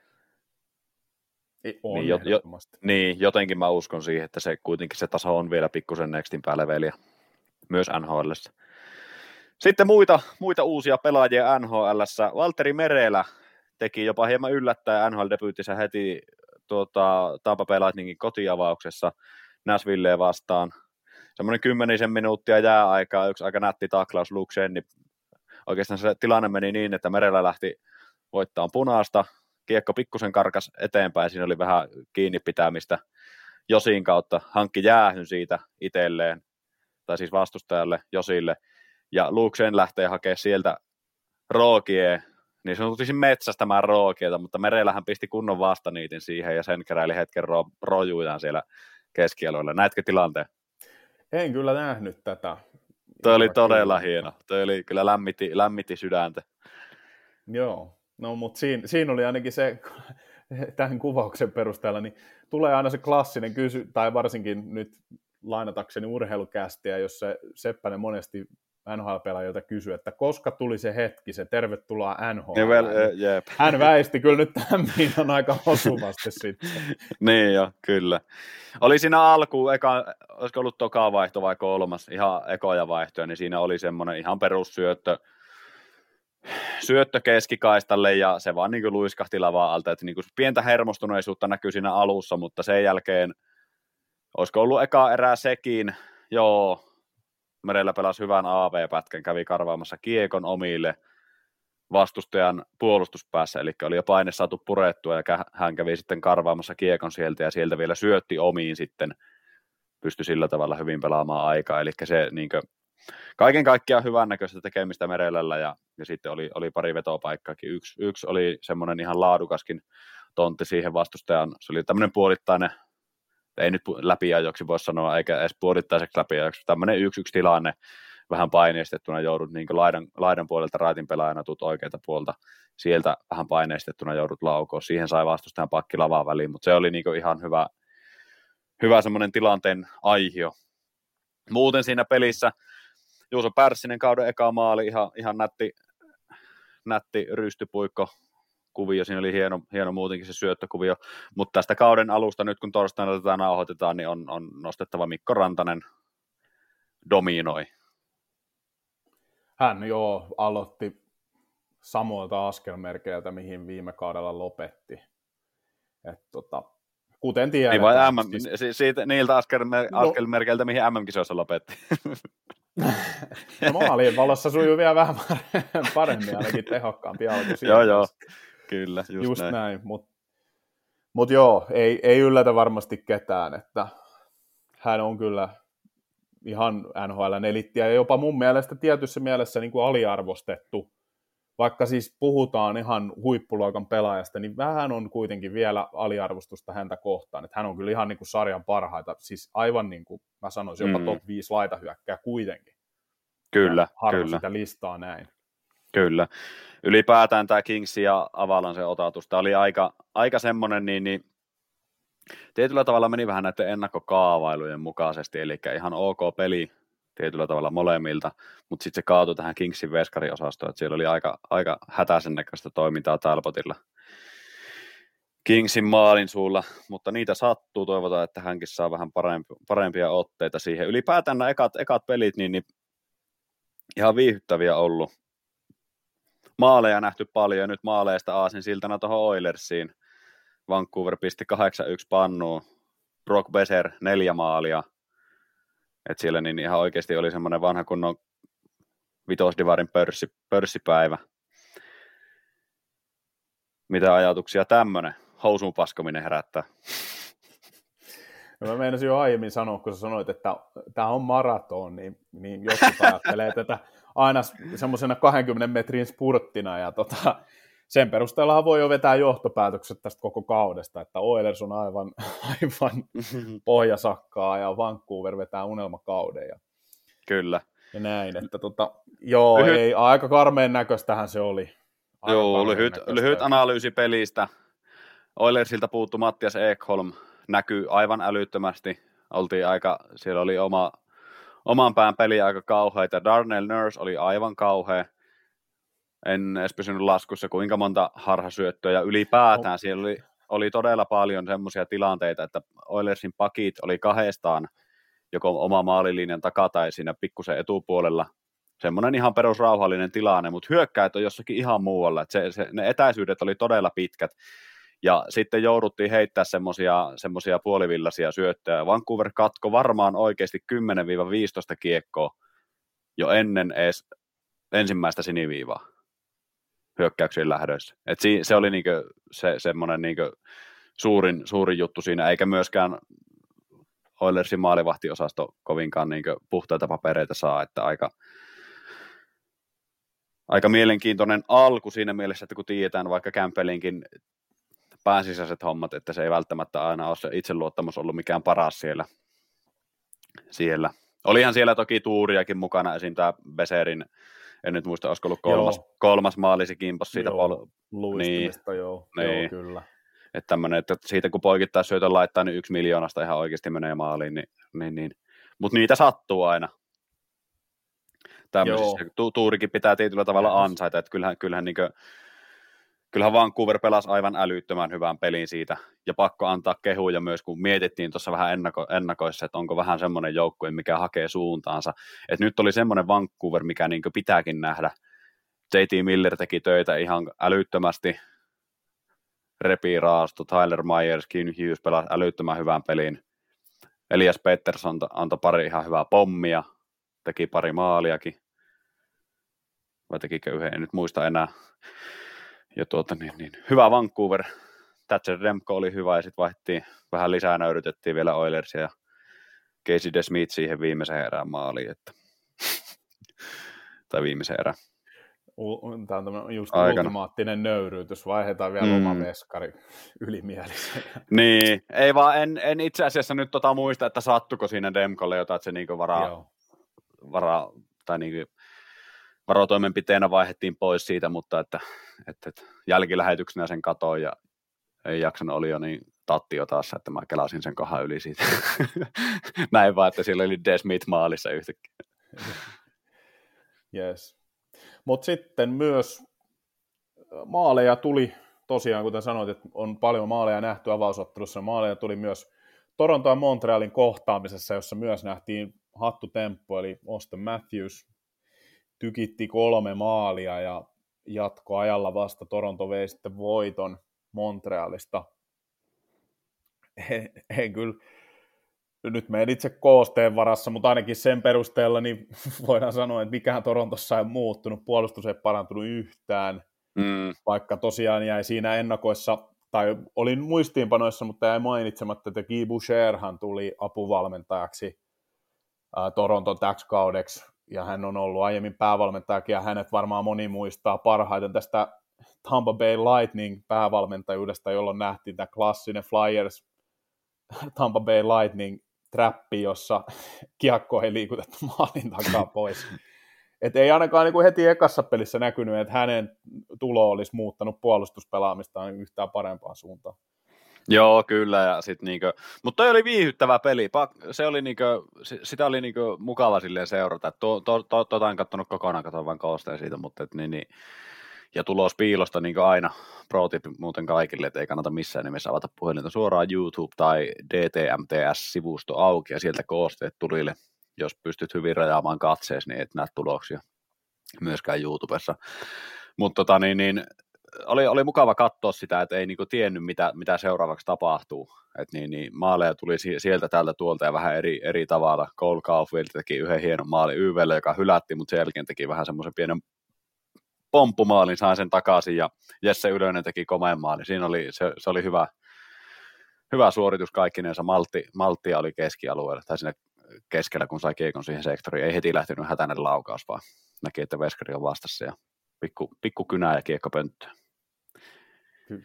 On niin, jo, jo, niin, jotenkin mä uskon siihen, että se kuitenkin se taso on vielä pikkusen nextin päälle vielä, myös N H L:ssä. Sitten muita, muita uusia pelaajia N H L:ssä. Valtteri Merelä teki jopa hieman yllättäen N H L-debyyttissä heti tuota, Tampa Bay Lightningin kotiavauksessa Nashvilleen vastaan. Semmoinen kymmenisen minuuttia jääaikaa, yksi aika nätti taklaus Luke Schenni. Oikeastaan se tilanne meni niin, että Merelä lähti voittamaan punaista. Kiekko pikkusen karkas eteenpäin, siinä oli vähän kiinni pitämistä Josin kautta. Hankki jäähyn siitä itselleen, tai siis vastustajalle Josille. Ja Luke Schenn lähtee hakemaan sieltä rookie, niin se on tulisi metsästämään rookieta, mutta Merelähän pisti kunnon vastaniitin siihen ja sen keräili hetken ro- rojujaan siellä keskialueella. Näetkö tilanteen? En kyllä nähnyt tätä. Toi oli todella hieno. Toi oli kyllä lämmitti, lämmitti sydäntä. Joo, no mutta siinä, siinä oli ainakin se, tämän kuvauksen perusteella, niin tulee aina se klassinen kysy, tai varsinkin nyt lainatakseni urheilukästiä, jos se Seppänen monesti N H L-pelaajilta kysyi, että koska tuli se hetki, se tervetuloa N H L. Well, uh, yep. Hän väisti kyllä nyt tämän miinan aika osuvasti sitten. Niin jo, kyllä. Oli siinä alkuun, eka, olisiko ollut toka vaihto vai kolmas, ihan ekoja vaihtoja, niin siinä oli semmoinen ihan perussyöttö, syöttö keskikaistalle ja se vaan niin kuin luiskahti lavaa alta, että niin kuin pientä hermostuneisuutta näkyy siinä alussa, mutta sen jälkeen, olisiko ollut eka erää sekin, joo, Merellä pelasi hyvän A V-pätkän, kävi karvaamassa kiekon omille vastustajan puolustuspäässä, eli oli jo paine saatu purettua, ja hän kävi sitten karvaamassa kiekon sieltä, ja sieltä vielä syötti omiin sitten, pystyi sillä tavalla hyvin pelaamaan aikaa, eli se niin kuin, kaiken kaikkiaan hyvännäköistä tekemistä Merelällä, ja, ja sitten oli, oli pari vetopaikkaakin, yksi, yksi oli semmoinen ihan laadukaskin tontti siihen vastustajan, se oli tämmöinen puolittainen, ei nyt läpiajoksi voi sanoa, eikä edes puolittaiseksi läpiajoksi, tämmöinen yksi yksi tilanne, vähän paineistettuna joudut niin laidan, laidan puolelta raitin pelaajana, tuut oikealta puolta, sieltä vähän paineistettuna joudut laukoon, siihen sai vastustajan pakki lavaan väliin, mutta se oli niin ihan hyvä, hyvä semmoinen tilanteen aihio. Muuten siinä pelissä Juuso Pärssinen kauden eka maali, ihan, ihan nätti, nätti rystypuikko kuvio, siinä oli hieno, hieno muutenkin se syöttökuvio, mutta tästä kauden alusta nyt kun torstaina tätä nauhoitetaan, niin on, on nostettava Mikko Rantanen dominoi. Hän joo aloitti samoilta askelmerkeiltä, mihin viime kaudella lopetti. Et, tota, kuten tiedetään. Niin vai M M, siis... siitä, niiltä askelmer, no. askelmerkeiltä, mihin M M-kisoissa lopetti. No maalien valossa sujuu vielä vähän paremmin, ainakin tehokkaampi alku. Joo, joo, kyllä, just, just näin. näin. Mutta mut joo, ei, ei yllätä varmasti ketään, että hän on kyllä ihan N H L:n elittiä ja jopa mun mielestä tietyssä mielessä niin kuin aliarvostettu. Vaikka siis puhutaan ihan huippuluokan pelaajasta, niin vähän on kuitenkin vielä aliarvostusta häntä kohtaan. Että hän on kyllä ihan niin kuin sarjan parhaita, siis aivan niin kuin mä sanoisin, jopa mm. top viisi laitahyökkää kuitenkin. Kyllä, harva kyllä. sitä listaa näin. Kyllä. Ylipäätään tämä Kings ja Avalanche otatus, tämä oli aika, aika semmoinen, niin, niin tietyllä tavalla meni vähän näiden ennakkokaavailujen mukaisesti, eli ihan ok peli tietyllä tavalla molemmilta, mutta sitten se kaatui tähän Kingsin veskariosastoon, että siellä oli aika, aika hätäisen näköistä toimintaa Talbotilla Kingsin maalin suulla, mutta niitä sattuu, toivotaan, että hänkin saa vähän parempi, parempia otteita siihen. Ylipäätään nämä ekat, ekat pelit, niin, niin ihan viihyttäviä ollut. Maaleja nähty paljon, ja nyt maaleista aasin siltana tuohon Oilersiin. Vancouver pisti kahdeksan yksi pannuun, Brock Besser neljä maalia, että siellä niin ihan oikeasti oli semmoinen vanha kunnon vitosdivarin pörssi, pörssipäivä. Mitä ajatuksia tämmöinen housuun paskominen herättää? No mä meinasin jo aiemmin sanoa, kun sä sanoit, että tämä on maraton, niin, niin jotkut ajattelee tätä aina semmoisena kahdenkymmenen metrin spurttina, ja tota, sen perusteella voi jo vetää johtopäätökset tästä koko kaudesta, että Oilers on aivan, aivan pohjasakkaa, ja Vancouver vetää unelmakauden. Ja, Kyllä. Ja näin, että tota, joo, lyhyt, ei, aika karmeen näköistähän se oli. Aika joo, lyhyt, lyhyt analyysi pelistä. Oilersilta puuttu Mattias Ekholm, näkyy aivan älyttömästi. Oltiin aika, siellä oli oma, oman pään peli aika kauheita. Darnell Nurse oli aivan kauhea. En edes pysynyt laskussa, kuinka monta harhasyöttöä. Ja ylipäätään oh. siellä oli, oli todella paljon semmoisia tilanteita, että Oilersin pakit oli kahdestaan joko oma maalilinjan takaa tai siinä pikkusen etupuolella. Semmoinen ihan perusrauhallinen tilanne, mutta hyökkäät on jossakin ihan muualla. Että se, se, ne etäisyydet oli todella pitkät. Ja sitten jouduttiin heittää semmoisia, semmoisia puolivillaisia syöttöjä. Vancouver katko varmaan oikeasti kymmenen viisitoista kiekkoa jo ennen edes ensimmäistä siniviivaa hyökkäyksien lähdöissä. Et si, se oli niinku se, semmoinen niinku suurin, suurin juttu siinä, eikä myöskään Oilersin maalivahtiosasto kovinkaan niinku puhtaita papereita saa, että aika, aika mielenkiintoinen alku siinä mielessä, että kun tiedetään vaikka Campbellinkin pääsisäiset hommat, että se ei välttämättä aina ole se itseluottamus ollut mikään paras siellä. siellä. Olihan siellä toki tuuriakin mukana, esim. Tämä Besserin, en nyt muista, olisiko ollut kolmas, kolmas maali, se kimpos siitä. Joo, pol- luistimista, niin, joo. Niin. Joo, kyllä. Että tämmöinen, että siitä kun poikittaa syötön laittaa, niin yksi miljoonasta ihan oikeasti menee maaliin. Niin, niin, niin. Mutta niitä sattuu aina. Tämmöisissä. Tu- tuurikin pitää tietyllä tavalla ansaita, että kyllähän, kyllähän niin kuin Kyllähän Vancouver pelasi aivan älyttömän hyvän pelin siitä, ja pakko antaa kehuja myös, kun mietittiin tuossa vähän ennako- ennakoissa, että onko vähän semmoinen joukkue, mikä hakee suuntaansa. Et nyt oli semmoinen Vancouver, mikä niin pitääkin nähdä. J T Miller teki töitä ihan älyttömästi, repii raastu, Tyler Myers, Kim Hughes pelasi älyttömän hyvän pelin. Elias Pettersson antoi pari ihan hyvää pommia, teki pari maaliakin. Vai tekikö yhden, en nyt muista enää. Ja tuota, niin, niin. Hyvä Vancouver. Thatcher Demko oli hyvä ja sitten vaihdettiin vähän lisää, nöyrytettiin vielä Oilersia ja Casey DeSmith siihen viimeiseen erään maaliin. Että tai viimeiseen erään. Tämä on just aikana. ultimaattinen nöyryytys, vaihdetaan vielä mm. oma veskari ylimielisen. Niin, ei vaan, en, en itse asiassa nyt tota muista, että sattuko siinä Demkolle jotain, että se niinku varaa, varaa, tai niinku varotoimenpiteenä vaihdettiin pois siitä, mutta että, että, että jälkilähetyksenä sen katoin ja ei jaksanut, oli jo niin tattio taas, että mä kelasin sen kohan yli siitä. Näin vaan, että siellä oli Des Smith maalissa yhtäkkiä. Yes. Mutta sitten myös maaleja tuli, tosiaan kuten sanoit, että on paljon maaleja nähty avausottelussa, maaleja tuli myös Toronto ja Montrealin kohtaamisessa, jossa myös nähtiin hattutemppu, eli Auston Matthews tykitti kolme maalia ja jatkoajalla vasta Toronto vei sitten voiton Montrealista. En, en kyllä, nyt menen itse koosteen varassa, mutta ainakin sen perusteella niin voidaan sanoa, että mikään Torontossa ei muuttunut, puolustus ei parantunut yhtään, mm. vaikka tosiaan jäi siinä ennakoissa, tai olin muistiinpanoissa, mutta jäi mainitsematta, että Guy Boucherhan tuli apuvalmentajaksi ää, Toronton täksi kaudeksi, ja hän on ollut aiemmin päävalmentajakin, ja hänet varmaan moni muistaa parhaiten tästä Tampa Bay Lightning päävalmentajuudesta, jolloin nähtiin tämä klassinen Flyers Tampa Bay Lightning trappi, jossa kiekko ei liikutettu maalin takaa pois. Et ei ainakaan niin kuin heti ekassa pelissä näkynyt, että hänen tulo olisi muuttanut puolustuspelaamistaan yhtään parempaan suuntaan. Joo, kyllä. Ja sit niinkö, mutta toi oli viihyttävä peli. Se oli niinkö, sitä oli niinkö mukava silleen seurata. To, to, to, tota en kattonut kokonaan, katsoin vain koosteen siitä, mutta et niin, niin. Ja tulos piilosta niin kuin aina, pro-tip muuten kaikille, että ei kannata missään nimessä avata puhelinta suoraan YouTube tai D T M T S-sivusto auki ja sieltä koosteet tulille, jos pystyt hyvin rajaamaan katseesi, niin et näe tuloksia myöskään YouTubessa. Mutta tota, niin, niin, oli, oli mukava katsoa sitä, että ei niin kuin tiennyt, mitä, mitä seuraavaksi tapahtuu. Et niin, niin, maaleja tuli sieltä täältä tuolta ja vähän eri, eri tavalla. Cole Caulfield teki yhden hienon maali Y V:lle, joka hylätti, mutta sen jälkeen teki vähän semmoisen pienen pomppumaalin, sain sen takaisin ja Jesse Ylönen teki komeen maalin. Siinä oli, se, se oli hyvä, hyvä suoritus kaikkinensa. Maltti, malttia oli keskialueella tai siinä keskellä, kun sai kiekon siihen sektoriin. Ei heti lähtenyt hätäinen laukaus, vaan näki, että veskari on vastassa ja pikku, pikku kynää ja kiekko pönttöä. Hmm.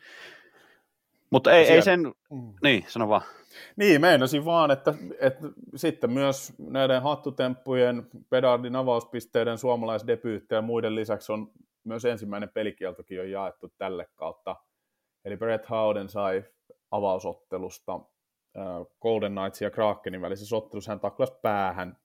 Mutta ei, ei sen, mm. niin, sano vaan. Niin, meinasin vaan, että, että sitten myös näiden hattutemppujen, Bedardin avauspisteiden, suomalaisdebyyttejä ja muiden lisäksi on myös ensimmäinen pelikieltokin on jaettu tälle kautta. Eli Brett Howden sai avausottelusta äh, Golden Knightsin ja Krakenin välisessä ottelussa. Hän taklasi päähän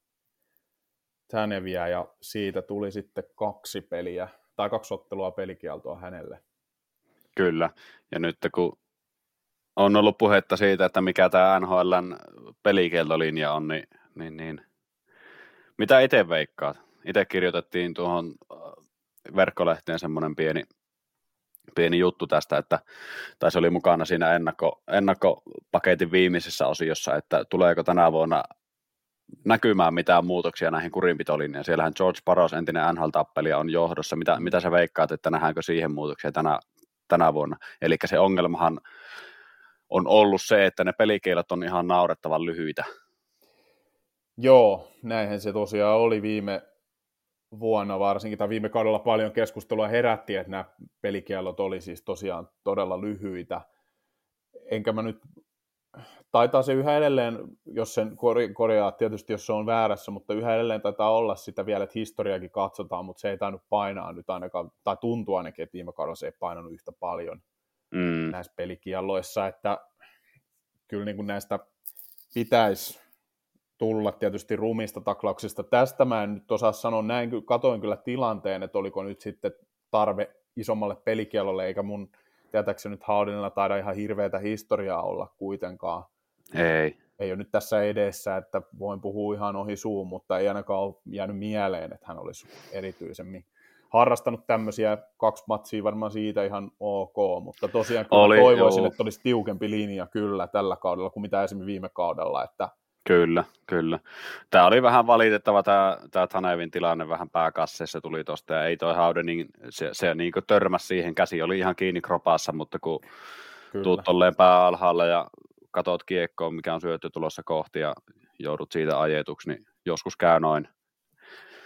Taneviä ja siitä tuli sitten kaksi peliä, tai kaksi ottelua pelikieltoa hänelle. Kyllä, ja nyt kun on ollut puhetta siitä, että mikä tämä N H L:n pelikieltolinja on, niin, niin, niin. Mitä itse veikkaat? Itse kirjoitettiin tuohon verkkolehteen semmoinen pieni, pieni juttu tästä, että, tai se oli mukana siinä ennakko, ennakkopaketin viimeisessä osiossa, että tuleeko tänä vuonna näkymään mitään muutoksia näihin kurinpitolinjaan. Siellähän George Parros, entinen N H L-tappelija, on johdossa. Mitä, mitä sä veikkaat, että nähdäänkö siihen muutoksia tänä, tänä vuonna? Eli se ongelmahan on ollut se, että ne pelikielet on ihan naurettavan lyhyitä. Joo, näinhän se tosiaan oli viime vuonna varsinkin, tai viime kaudella paljon keskustelua herätti, että nämä pelikielot oli siis tosiaan todella lyhyitä. Enkä mä nyt, taitaa se yhä edelleen, jos sen korjaa tietysti, jos se on väärässä, mutta yhä edelleen taitaa olla sitä vielä, että historiakin katsotaan, mutta se ei tainnut painaa nyt ainakaan, tai tuntuu ainakin, että viime kaudella se ei painanut yhtä paljon mm. näissä pelikielloissa, että kyllä niin kuin näistä pitäisi tulla tietysti rumista taklauksista. Tästä mä en nyt osaa sanoa, näin katoin kyllä tilanteen, että oliko nyt sitten tarve isommalle pelikiellolle, eikä mun tietääkseni nyt Howdenilla taida ihan hirveätä historiaa olla kuitenkaan. Ei. Ei ole nyt tässä edessä, että voin puhua ihan ohi suun, mutta ei ainakaan ole jäänyt mieleen, että hän olisi erityisemmin harrastanut tämmöisiä, kaksi matsia varmaan siitä ihan ok, mutta tosiaan oli, toivoisin, joo. että olisi tiukempi linja kyllä tällä kaudella kuin mitä esimerkiksi viime kaudella, että Kyllä, kyllä. Tämä oli vähän valitettava, tämä, tämä Tanevin tilanne vähän pääkasseessa tuli tuosta, ja ei toi Howdenin, se, se niin kuin törmäsi siihen, käsi oli ihan kiinni kropassa, mutta kun kyllä. tuut tolleen pää alhaalla ja katot kiekkoon, mikä on syötty tulossa kohti, ja joudut siitä ajetuksi, niin joskus käy noin.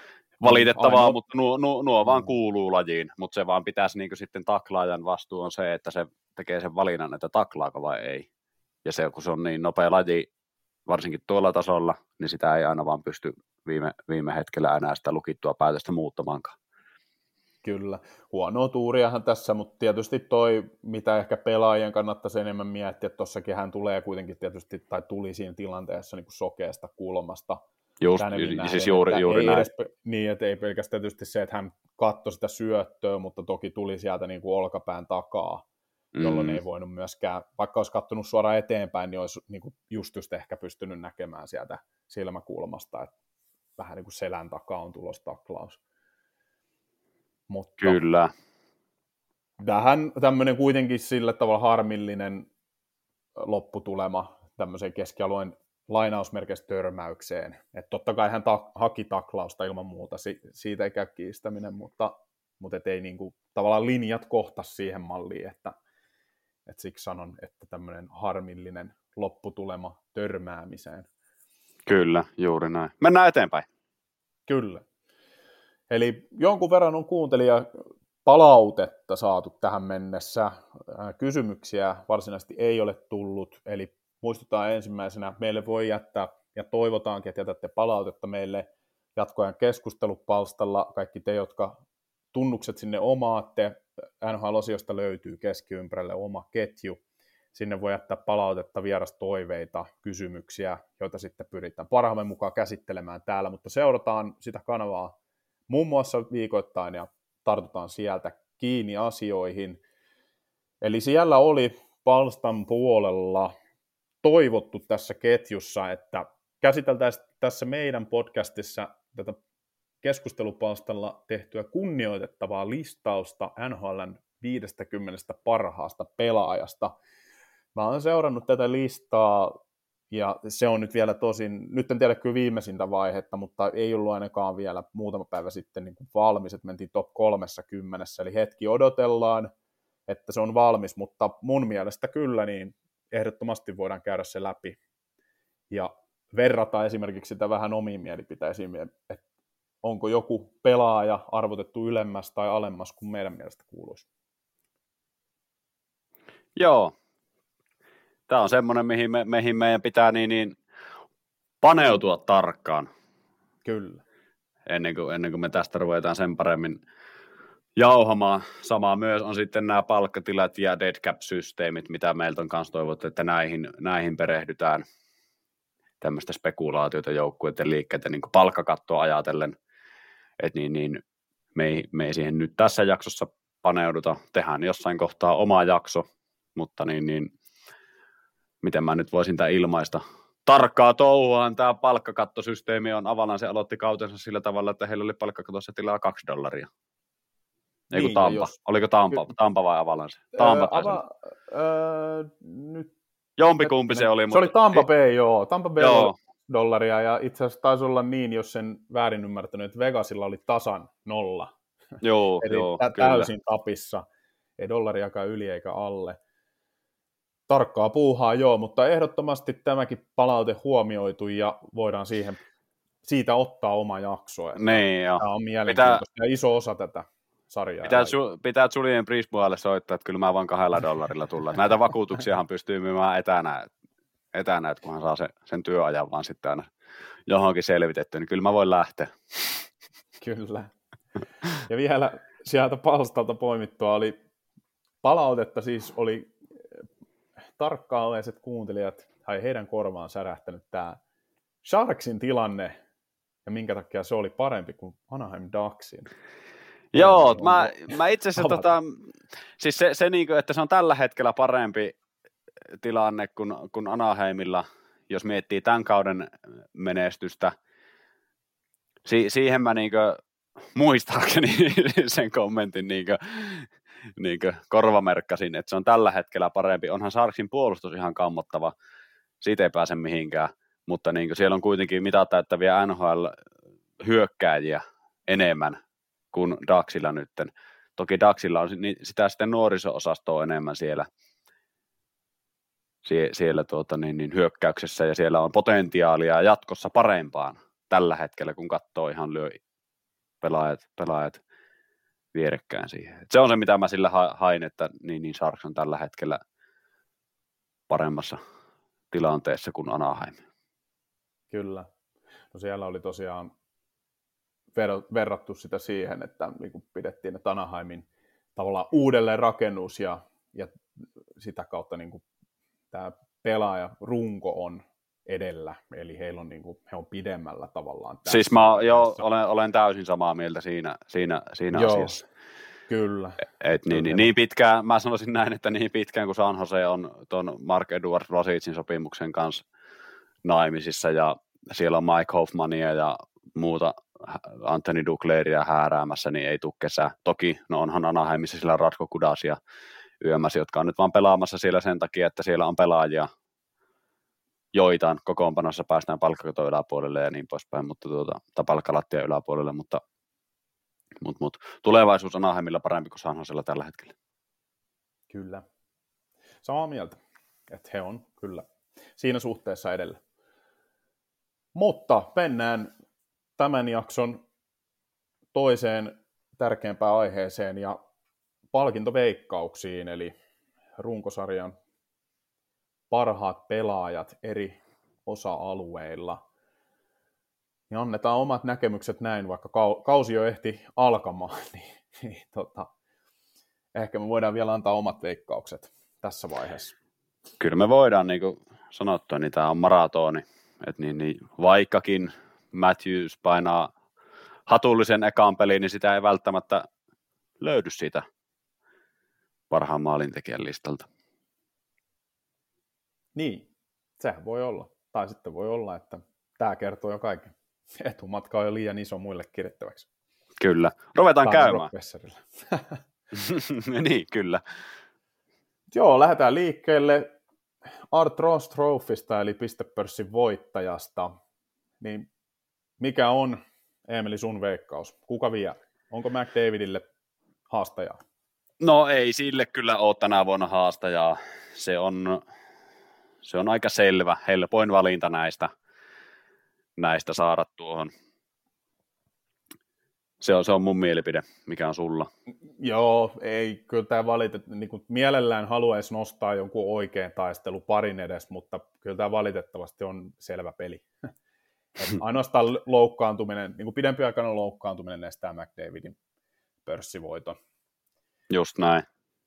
valitettavaa, Ainoa... mutta nuo, nuo, nuo vaan kuuluu lajiin, mutta se vaan pitäisi niin sitten taklaajan vastuu on se, että se tekee sen valinnan, että taklaako vai ei. Ja se, kun se on niin nopea laji, varsinkin tuolla tasolla, niin sitä ei aina vaan pysty viime, viime hetkellä enää sitä lukittua päätöstä muuttamaankaan. Kyllä. Huonoa tuuriahan tässä, mutta tietysti toi, mitä ehkä pelaajien kannattaisi enemmän miettiä, että tossakin hän tulee kuitenkin tietysti, tai tuli siinä tilanteessa niin kuin sokeasta kulmasta. Just, nähden, siis juuri, juuri näin. Edes, niin, että ei pelkästään tietysti se, että hän katsoi sitä syöttöä, mutta toki tuli sieltä niin kuin olkapään takaa, jolloin mm. ei voinut myöskään, vaikka olisi katsonut suoraan eteenpäin, niin olisi niin kuin just just ehkä pystynyt näkemään sieltä silmäkulmasta, että vähän niin kuin selän takaa on tulossa taklaus. Mutta kyllä. Tähän tämmöinen kuitenkin sillä tavalla harmillinen lopputulema tämmöiseen keskialueen lainausmerkeissä törmäykseen. Että totta kai hän ta- haki taklausta ilman muuta, si- siitä ei käy kiistäminen, mutta, mutta et ei niinku, tavallaan linjat kohtas siihen malliin, että, että siksi sanon, että tämmöinen harmillinen lopputulema törmäämiseen. Kyllä, juuri näin. Mennään eteenpäin. Kyllä. Eli jonkun verran on kuuntelija palautetta saatu tähän mennessä. Kysymyksiä varsinaisesti ei ole tullut, eli muistutaan ensimmäisenä, meille voi jättää, ja toivotaankin, että jätätte palautetta meille jatkoajan keskustelupalstalla. Kaikki te, jotka tunnukset sinne omaatte, N H L-osiosta löytyy keskiympärille oma ketju. Sinne voi jättää palautetta, vierastoiveita, kysymyksiä, joita sitten pyritään parhaamme mukaan käsittelemään täällä, mutta seurataan sitä kanavaa muun muassa viikoittain ja tartutaan sieltä kiinni asioihin. Eli siellä oli palstan puolella toivottu tässä ketjussa, että käsiteltäisiin tässä meidän podcastissa tätä keskustelupalstalla tehtyä kunnioitettavaa listausta N H L:n viidestäkymmenestä parhaasta pelaajasta. Mä oon seurannut tätä listaa, ja se on nyt vielä tosin, nyt en tiedä kyllä viimeisintä vaihetta, mutta ei ollut ainakaan vielä muutama päivä sitten niin kuin valmis, että mentiin top kolmekymmentä, eli hetki odotellaan, että se on valmis, mutta mun mielestä kyllä, niin ehdottomasti voidaan käydä se läpi ja verrata esimerkiksi sitä vähän omiin mielipiteisiin, että onko joku pelaaja arvotettu ylemmäs tai alemmas kuin meidän mielestä kuuluisi. Joo. Tämä on semmoinen, mihin, me, mihin meidän pitää niin, niin paneutua tarkkaan. Kyllä. Ennen kuin, ennen kuin me tästä ruvetaan sen paremmin jauhamaan. Samaa myös on sitten nämä palkkatilat ja dead cap-systeemit, mitä meiltä on kanssa toivottu, että näihin, näihin perehdytään. Tämmöistä spekulaatiota joukkueiden liikkeitä niin kuin palkkakattoa ajatellen. Et niin, niin, me, ei, me ei siihen nyt tässä jaksossa paneuduta. Tehdään jossain kohtaa oma jakso, mutta niin, niin miten mä nyt voisin tämän ilmaista. Tarkkaa touhuaan tämä palkkakattosysteemi on. Avalanche aloitti kautensa sillä tavalla, että heillä oli palkkakatossa tilaa kaksi dollaria. Ei kun niin, Tampa. Jos... Oliko Tampa? Ky- Tampa vai Avalanche? Tampa öö, ava... öö, nyt... Jompikumpi se oli. Se mutta... oli Tampa Bay, joo. Tampa Bay joo. Dollaria, ja itse asiassa taisi olla niin, jos sen väärin ymmärtänyt, että Vegasilla oli tasan nolla. Joo, eli joo, tä- täysin tapissa. Ei dollariakaan yli eikä alle. Tarkkaa puuhaa, joo, mutta ehdottomasti tämäkin palaute huomioitu ja voidaan siihen, siitä ottaa oma jakso. Niin, joo. Tämä on mielenkiintoista pitää, ja iso osa tätä sarjaa. Pitää, su, pitää Julien Briseboiselle soittaa, että kyllä mä voin kahdella dollarilla tulla. Näitä vakuutuksiahan pystyy myymään etänä, etänä että kunhan saa se, sen työajan vaan sitten aina johonkin selvitetty, niin kyllä mä voin lähteä. Kyllä. Ja vielä sieltä palstalta poimittua oli palautetta, siis oli tarkkaalaiset kuuntelijat, tai heidän korvaan särähtänyt tämä Sharksin tilanne, ja minkä takia se oli parempi kuin Anaheim Ducksin. Joo, mä, mä itse asiassa, tota, siis se, se niin kuin, että se on tällä hetkellä parempi tilanne kuin, kuin Anaheimilla, jos miettii tämän kauden menestystä. Si, siihen mä niin kuin, muistaakseni sen kommentin niin kuin, niin kuin korvamerkkasin, että se on tällä hetkellä parempi. Onhan Sharksin puolustus ihan kammottava, siitä ei pääse mihinkään, mutta niin kuin siellä on kuitenkin mitat täyttäviä N H L-hyökkääjiä enemmän kuin Ducksilla nytten. Toki Ducksilla on sitä sitten nuoriso-osastoa enemmän siellä, Sie- siellä tuota, niin, niin, hyökkäyksessä, ja siellä on potentiaalia jatkossa parempaan tällä hetkellä, kun katsoo ihan lyö pelaajat, pelaajat vierekkäin siihen. Et se on se, mitä mä sillä hain, että niin, niin Sharks on tällä hetkellä paremmassa tilanteessa kuin Anaheim. Kyllä. No siellä oli tosiaan verrattu sitä siihen, että niin kuin pidettiin, että Anaheimin tavallaan uudelleen rakennus ja, ja sitä kautta niin kuin tämä pelaaja runko on edellä, eli heillä on, niin kuin, he on pidemmällä tavallaan. Siis mä joo, olen, olen täysin samaa mieltä siinä, siinä, siinä joo, asiassa. Kyllä. Et niin, niin, niin pitkään, mä sanoisin näin, että niin pitkään kuin San Jose on tuon Marc-Edouard Vlasicin sopimuksen kanssa naimisissa ja siellä on Mike Hoffmania ja muuta Anthony Duclairia hääräämässä, niin ei tule kesää. Toki, no onhan Anaheimissa sillä Ratko Kudas ja Yömäsi, jotka on nyt vaan pelaamassa siellä sen takia, että siellä on pelaajia, joitain kokoonpanossa päästään palkkakaton yläpuolelle ja niin poispäin, mutta tuota, tai palkkalattia yläpuolelle, mutta mut, mut, tulevaisuus on Anaheimilla parempi kuin San Josella tällä hetkellä. Kyllä. Samaa mieltä, että he on kyllä siinä suhteessa edellä. Mutta mennään tämän jakson toiseen tärkeämpään aiheeseen ja palkintoveikkauksiin, eli runkosarjan parhaat pelaajat eri osa-alueilla. Ja annetaan omat näkemykset näin, vaikka kausi jo ehti alkamaan, niin, niin tota, ehkä me voidaan vielä antaa omat veikkaukset tässä vaiheessa. Kyllä me voidaan, niin kuin sanottua, niin tämä on maratoni. Et niin, niin, vaikkakin Matthews painaa hatullisen ekaan peliin, niin sitä ei välttämättä löydy siitä parhaan maalintekijän listalta. Niin, sehän voi olla. Tai sitten voi olla, että tämä kertoo jo kaiken. Etumatka on jo liian iso muille kirittäväksi. Kyllä. Ruvetaan Tämä käymään. Niin, kyllä. Joo, lähdetään liikkeelle Art Ross Trophysta, eli pistepörssin voittajasta. Niin mikä on, Eemeli, sun veikkaus? Kuka vie? Onko McDavidille haastajaa? No ei sille kyllä ole tänä vuonna haastajaa. Se on, se on aika selvä, helpoin valinta näistä, näistä saada tuohon. Se on, se on mun mielipide, mikä on sulla. Joo, ei kyllä tämä valitet, niin kuin mielellään haluaisi nostaa jonkun oikean taistelu parin edes, mutta kyllä tämä valitettavasti on selvä peli. Et ainoastaan loukkaantuminen, niin kuin pidempiaikainen loukkaantuminen estää McDavidin pörssivoiton. Just näin.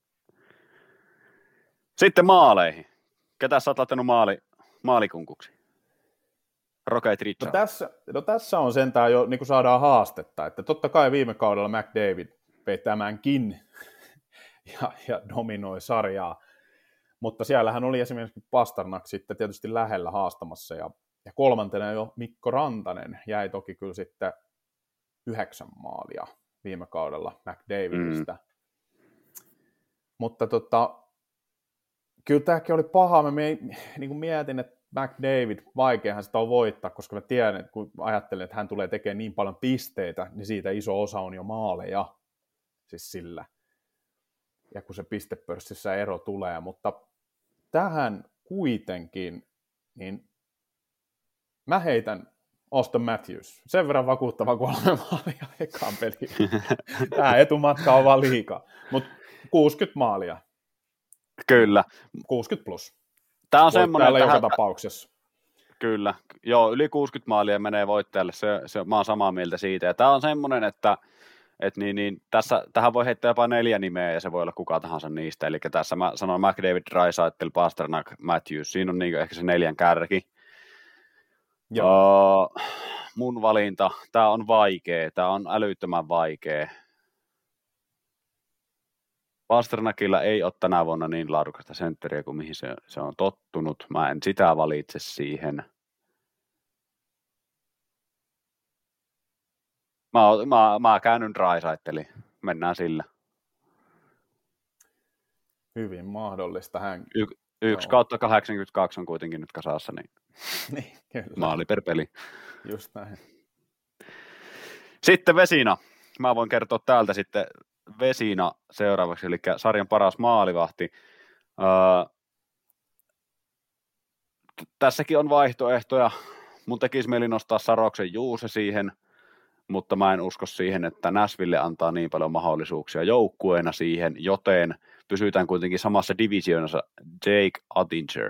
Sitten maaleihin. Ketä sä oot laittanut maali, maalikunkuksi? Rocket Richard. No tässä, no tässä on sentään jo, niin kuin saadaan haastetta, että totta kai viime kaudella McDavid vei tämänkin ja, ja dominoi sarjaa, mutta siellähän oli esimerkiksi Pasternak sitten tietysti lähellä haastamassa ja, ja kolmantena jo Mikko Rantanen jäi toki kyllä sitten yhdeksän maalia viime kaudella McDavidistä. Mm. Mutta tota, kyllä tämäkin oli paha. Mä niin kuin mietin, että McDavid, vaikeahan sitä on voittaa, koska mä tiedän, että kun ajattelen, että hän tulee tekemään niin paljon pisteitä, niin siitä iso osa on jo maaleja, siis sillä. Ja kun se pistepörssissä ero tulee, mutta tähän kuitenkin, niin mä heitän Auston Matthews. Sen verran vakuuttava kolme maalia ekaan peliin. Tämä etumatka on vaan liikaa, mutta kuusikymmentä maalia. Kyllä. kuusikymmentä plus. Tämä on semmoinen, joka tähän... tapauksessa. Kyllä. Joo, yli kuusikymmentä maalia menee voittajalle. Se, se, mä oon samaa mieltä siitä. Ja tämä on semmoinen, että et niin, niin, tässä, tähän voi heittää jopa neljä nimeä ja se voi olla kuka tahansa niistä. Eli tässä mä sanon McDavid, Draisaitl, Pasternak, Matthews. Siinä on niin ehkä se neljän kärki. Joo. Uh, mun valinta, tämä on vaikea. Tämä on älyttömän vaikea. Pasternakilla ei ole tänä vuonna niin laadukasta sentteriä kuin mihin se, se on tottunut. Mä en sitä valitse siihen. Mä, mä, mä käännyn Draisaitlin. Mennään sillä. Hyvin mahdollista. Hän... Y- yksi kautta kahdeksankymmentäkaksi on kuitenkin nyt kasassa, niin, niin kyllä. Maali per peli. Just näin. Sitten Vesina. Mä voin kertoa täältä sitten Vesina seuraavaksi, eli sarjan paras maalivahti. Öö, tässäkin on vaihtoehtoja. Mun tekisi mieli nostaa Saroksen Juuse siihen, mutta mä en usko siihen, että Nashville antaa niin paljon mahdollisuuksia joukkueena siihen, joten pysytään kuitenkin samassa divisioonassa. Jake Oettinger.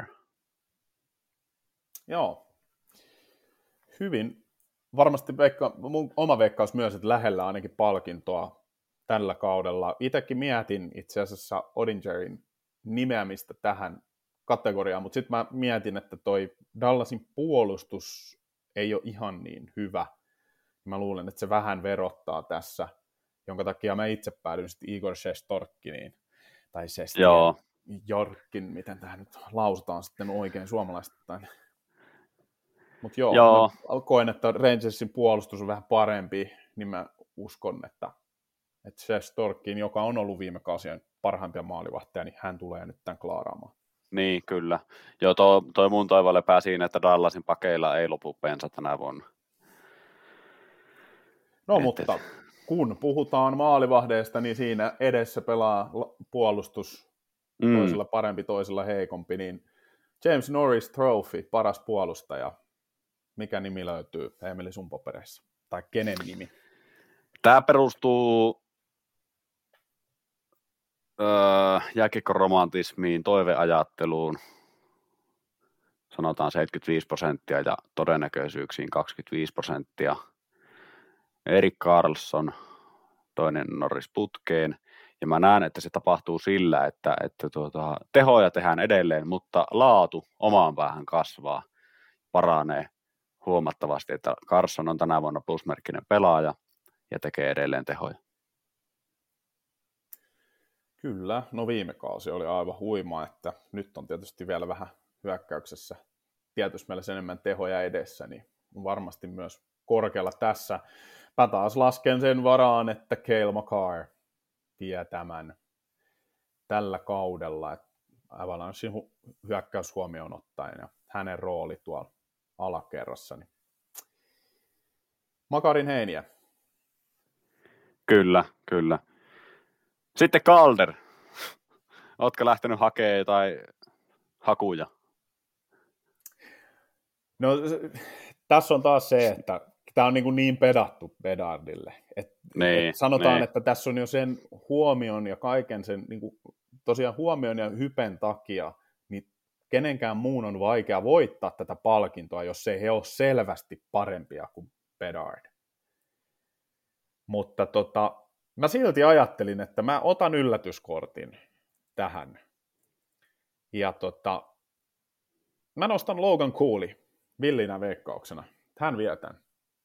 Joo. Hyvin. Varmasti veikka, mun oma veikkaus myös, että lähellä ainakin palkintoa tällä kaudella. Itsekin mietin itse asiassa Oettingerin nimeämistä tähän kategoriaan, mutta sitten mä mietin, että toi Dallasin puolustus ei ole ihan niin hyvä. Mä luulen, että se vähän verottaa tässä, jonka takia mä itse päädyin sitten Igor Shesterkiniin, tai Shesterkin, miten tämä nyt lausutaan sitten oikein suomalaisittain. Mutta joo, joo. koen, että Rangersin puolustus on vähän parempi, niin mä uskon, että, että Shesterkin, joka on ollut viime kausien parhaimpia maalivahteja, niin hän tulee nyt tämän klaaraamaan. Niin, kyllä. Joo, toi, toi mun toivo lepää siinä, että Dallasin pakeilla ei lopu bensa tänä vuonna. No, et, mutta et. kun puhutaan maalivahdeista, niin siinä edessä pelaa puolustus, mm. toisella parempi, toisella heikompi, niin James Norris Trophy, paras puolustaja. Mikä nimi löytyy Emeli sun papereissa? Tai kenen nimi? Tämä perustuu öö, jääkiekkoromantismiin, toiveajatteluun, sanotaan seitsemänkymmentäviisi prosenttia ja todennäköisyyksiin kaksikymmentäviisi prosenttia. Erik Karlsson, toinen Norris putkeen, ja mä näen, että se tapahtuu sillä, että, että tuota, tehoja tehdään edelleen, mutta laatu omaan päähän kasvaa, paranee huomattavasti, että Karlsson on tänä vuonna plusmerkkinen pelaaja ja tekee edelleen tehoja. Kyllä, no viime kausi oli aivan huima, että nyt on tietysti vielä vähän hyökkäyksessä tietysti mielessä enemmän tehoja edessä, niin varmasti myös korkealla tässä. Mä taas lasken sen varaan, että Cale Makar vie tämän tällä kaudella, että Avalancen hyökkäys huomioon ottaen ja hänen rooli tuolla alakerrassa. Niin Makarin heiniä. Kyllä, kyllä. Sitten Calder. Ootko lähtenyt hakemaan tai hakuja? No tässä on taas se, että tämä on niin, niin pedattu Bedardille. Et, niin, et sanotaan, niin. että tässä on jo sen huomion ja kaiken sen, niin kuin, tosiaan huomion ja hypen takia, niin kenenkään muun on vaikea voittaa tätä palkintoa, jos ei he ole selvästi parempia kuin Bedard. Mutta tota, mä silti ajattelin, että mä otan yllätyskortin tähän. Ja tota, mä nostan Logan Cooley villinä veikkauksena. Hän vie tämän.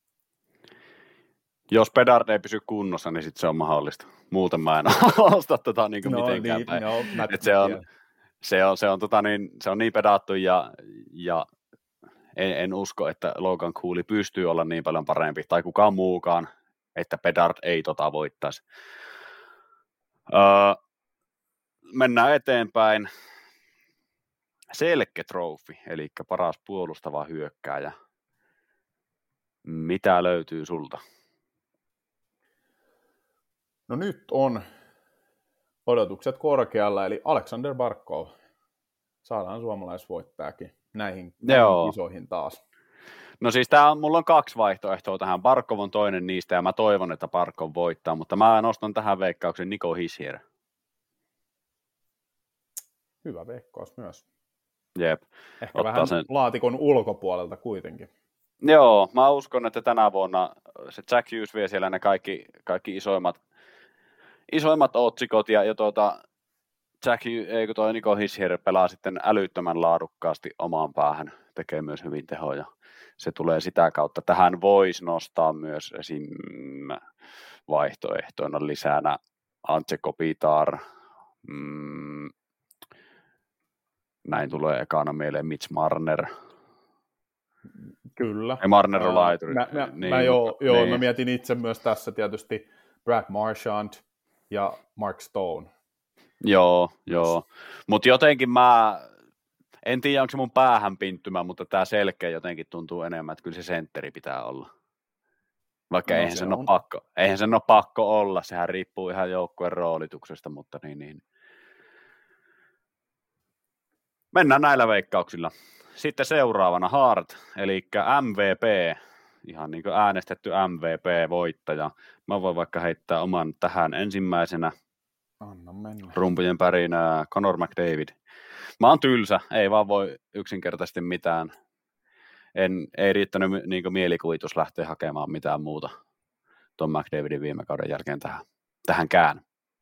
Jos Bedard ei pysy kunnossa, niin sitten se on mahdollista. Muuten mä en osta tota niin kuin no, mitenkään niin, päin. No, se, on, se, on, se, on, tota niin, se on niin pedattu ja, ja en, en usko, että Logan Cooley pystyy olla niin paljon parempi, tai kukaan muukaan, että Bedard ei tota voittaisi. Öö, mennään eteenpäin. Selke Trophy, eli paras puolustava hyökkääjä. Mitä löytyy sulta? No nyt on odotukset korkealla, eli Alexander Barkov. Saadaan suomalaisvoittajakin näihin, näihin isoihin taas. No siis tää on, mulla on kaksi vaihtoehtoa tähän. Barkov on toinen niistä, ja mä toivon, että Barkov voittaa, mutta mä nostan tähän veikkauksen Nico Hischier. Hyvä veikkaus myös. Jep. Ehkä ottaa vähän sen laatikon ulkopuolelta kuitenkin. Joo, mä uskon, että tänä vuonna se Jack Hughes vie siellä ne kaikki, kaikki isoimmat, isoimmat otsikot, ja, ja tuota, Jack Hughes, eikö toi Nico Hischier pelaa sitten älyttömän laadukkaasti omaan päähän, tekee myös hyvin tehoja. Se tulee sitä kautta. Tähän voisi nostaa myös esim. Vaihtoehtoina lisänä Ante Kopitar. Mm, näin tulee ekana mieleen Mitch Marner. Kyllä. Ei Marner on laituri. Mä, mä, niin, mä, joo, joo, niin. mä mietin itse myös tässä tietysti Brad Marchand ja Mark Stone. Joo, joo. Mutta jotenkin mä, en tiedä onko se mun päähän pinttymä, mutta tää selkeä jotenkin tuntuu enemmän, että kyllä se sentteri pitää olla. Vaikka no, eihän, se sen ole pakko, eihän sen ole pakko olla, sehän riippuu ihan joukkueen roolituksesta, mutta niin, niin. Mennään näillä veikkauksilla. Sitten seuraavana Hart, eli M V P, ihan niin kuin äänestetty M V P-voittaja. Mä voin vaikka heittää oman tähän ensimmäisenä Anna mennä. rumpujen pärinää Conor McDavid. Mä oon tylsä, ei vaan voi yksinkertaisesti mitään. En, ei riittänyt niin kuin mielikuvitus lähteä hakemaan mitään muuta tuon McDavidin viime kauden jälkeen tähän, tähänkään.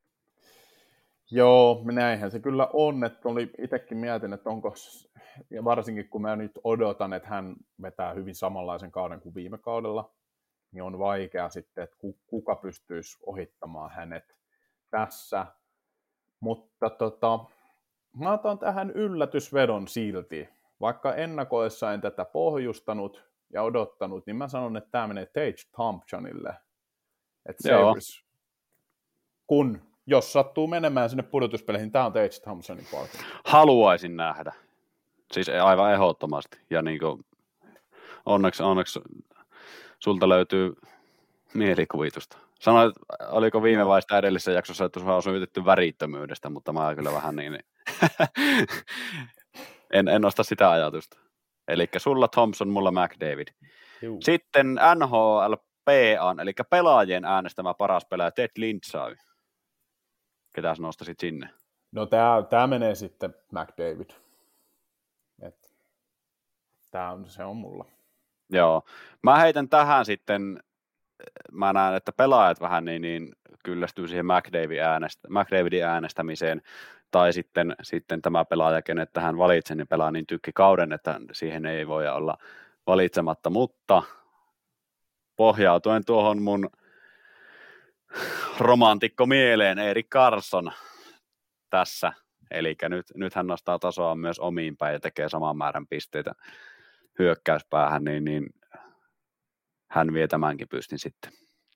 Joo, näinhän se kyllä on, että oli itsekin mietin, että onko, ja varsinkin kun mä nyt odotan, että hän vetää hyvin samanlaisen kauden kuin viime kaudella, niin on vaikea sitten, että kuka pystyisi ohittamaan hänet tässä. Mutta tota, mä otan tähän yllätysvedon silti. Vaikka ennakoissa en tätä pohjustanut ja odottanut, niin mä sanon, että tämä menee Tage Thompsonille. Että Sabres, kun jos sattuu menemään sinne pudotuspeleihin, niin tämä on Tage Thompsonin palkinto. Haluaisin nähdä. Siis aivan ehdottomasti. Ja niin kuin, onneksi, onneksi sulta löytyy mielikuvitusta. Sanoit, oliko viime vai sitä edellisessä jaksossa, että sinua on syytetty värittömyydestä, mutta mä kyllä vähän niin, niin. en, en osta sitä ajatusta. Eli sulla Thompson, mulla McDavid. Juu. Sitten N H L P A, eli pelaajien äänestämä paras pelaaja Ted Lindsay. Ketä sä nostasit sinne? No tää, tää menee sitten McDavid. Et, tää on, se on mulla. Joo. Mä heitän tähän sitten, mä näen, että pelaajat vähän niin, niin kyllästyy siihen McDavidin, äänestä, McDavidin äänestämiseen, tai sitten, sitten tämä pelaaja, kenet tähän valitsen, niin pelaa niin tykkikauden, että siihen ei voi olla valitsematta, mutta pohjautuen tuohon mun romantikko mieleen Erik Karlsson tässä, eli nyt, nyt hän nostaa tasoa myös omiin päin ja tekee saman määrän pisteitä hyökkäyspäähän, niin, niin hän vie tämänkin pystin sitten.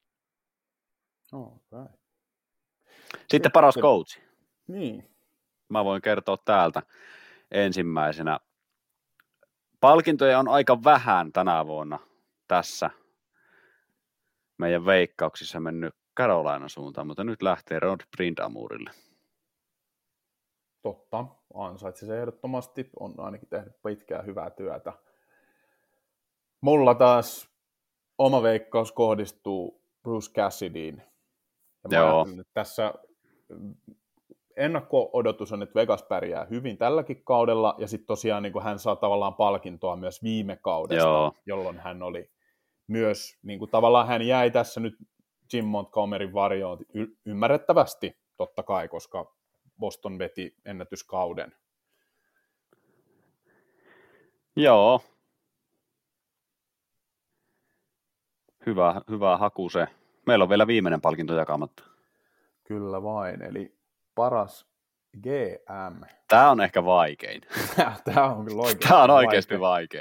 Okay. Sitten paras coachi. Niin. Mä voin kertoa täältä ensimmäisenä. Palkintoja on aika vähän tänä vuonna tässä meidän veikkauksissa mennyt Carolinan suuntaan, mutta nyt lähtee Rod Brind'Amourille. Totta, ansaitsi se ehdottomasti, on ainakin tehnyt pitkää hyvää työtä. Mulla taas oma veikkaus kohdistuu Bruce Cassidyin. Ja mä ajattelin, että tässä ennakko-odotus on, että Vegas pärjää hyvin tälläkin kaudella, ja sitten tosiaan niin kuin hän saa tavallaan palkintoa myös viime kaudesta, Joo. jolloin hän oli myös, niin kuin tavallaan hän jäi tässä nyt Jim Montgomeryn varjoon y- ymmärrettävästi, totta kai, koska Boston veti ennätyskauden. Joo. Hyvä, hyvä haku se. Meillä on vielä viimeinen palkinto jakamatta. Kyllä vain, eli paras G M. Tämä on ehkä vaikein. Tämä on kyllä oikeasti Tämä on oikeasti vaikein.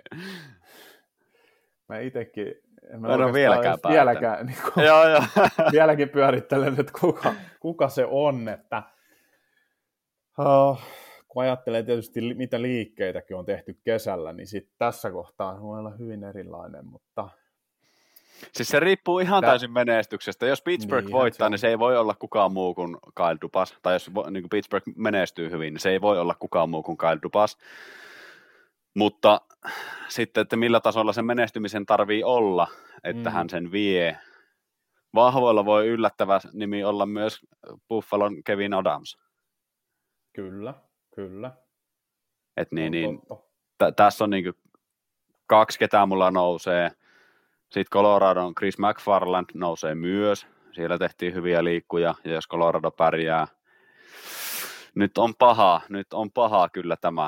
Mä itsekin en mä en ole vieläkään vieläkään, niin kuin, joo, joo. vieläkin pyörittelen, että kuka, kuka se on. Että, uh, kun ajattelee tietysti, mitä liikkeitäkin on tehty kesällä, niin sit tässä kohtaa voi olla hyvin erilainen, mutta siis se riippuu ihan Tää... täysin menestyksestä. Jos Pittsburgh niin, voittaa, se niin se ei voi olla kukaan muu kuin Kyle Dubas. Tai jos niin kuin Pittsburgh menestyy hyvin, niin se ei voi olla kukaan muu kuin Kyle Dubas. Mutta sitten, että millä tasolla sen menestymisen tarvii olla, että mm. hän sen vie. Vahvoilla voi yllättävä nimi olla myös Buffalon Kevin Adams. Kyllä, kyllä. Et niin, niin, t- tässä on niin kuin kaksi, ketä mulla nousee. Sitten Coloradon Chris McFarland nousee myös. Siellä tehtiin hyviä liikkuja, ja jos Colorado pärjää. Nyt on paha, nyt on paha kyllä tämä.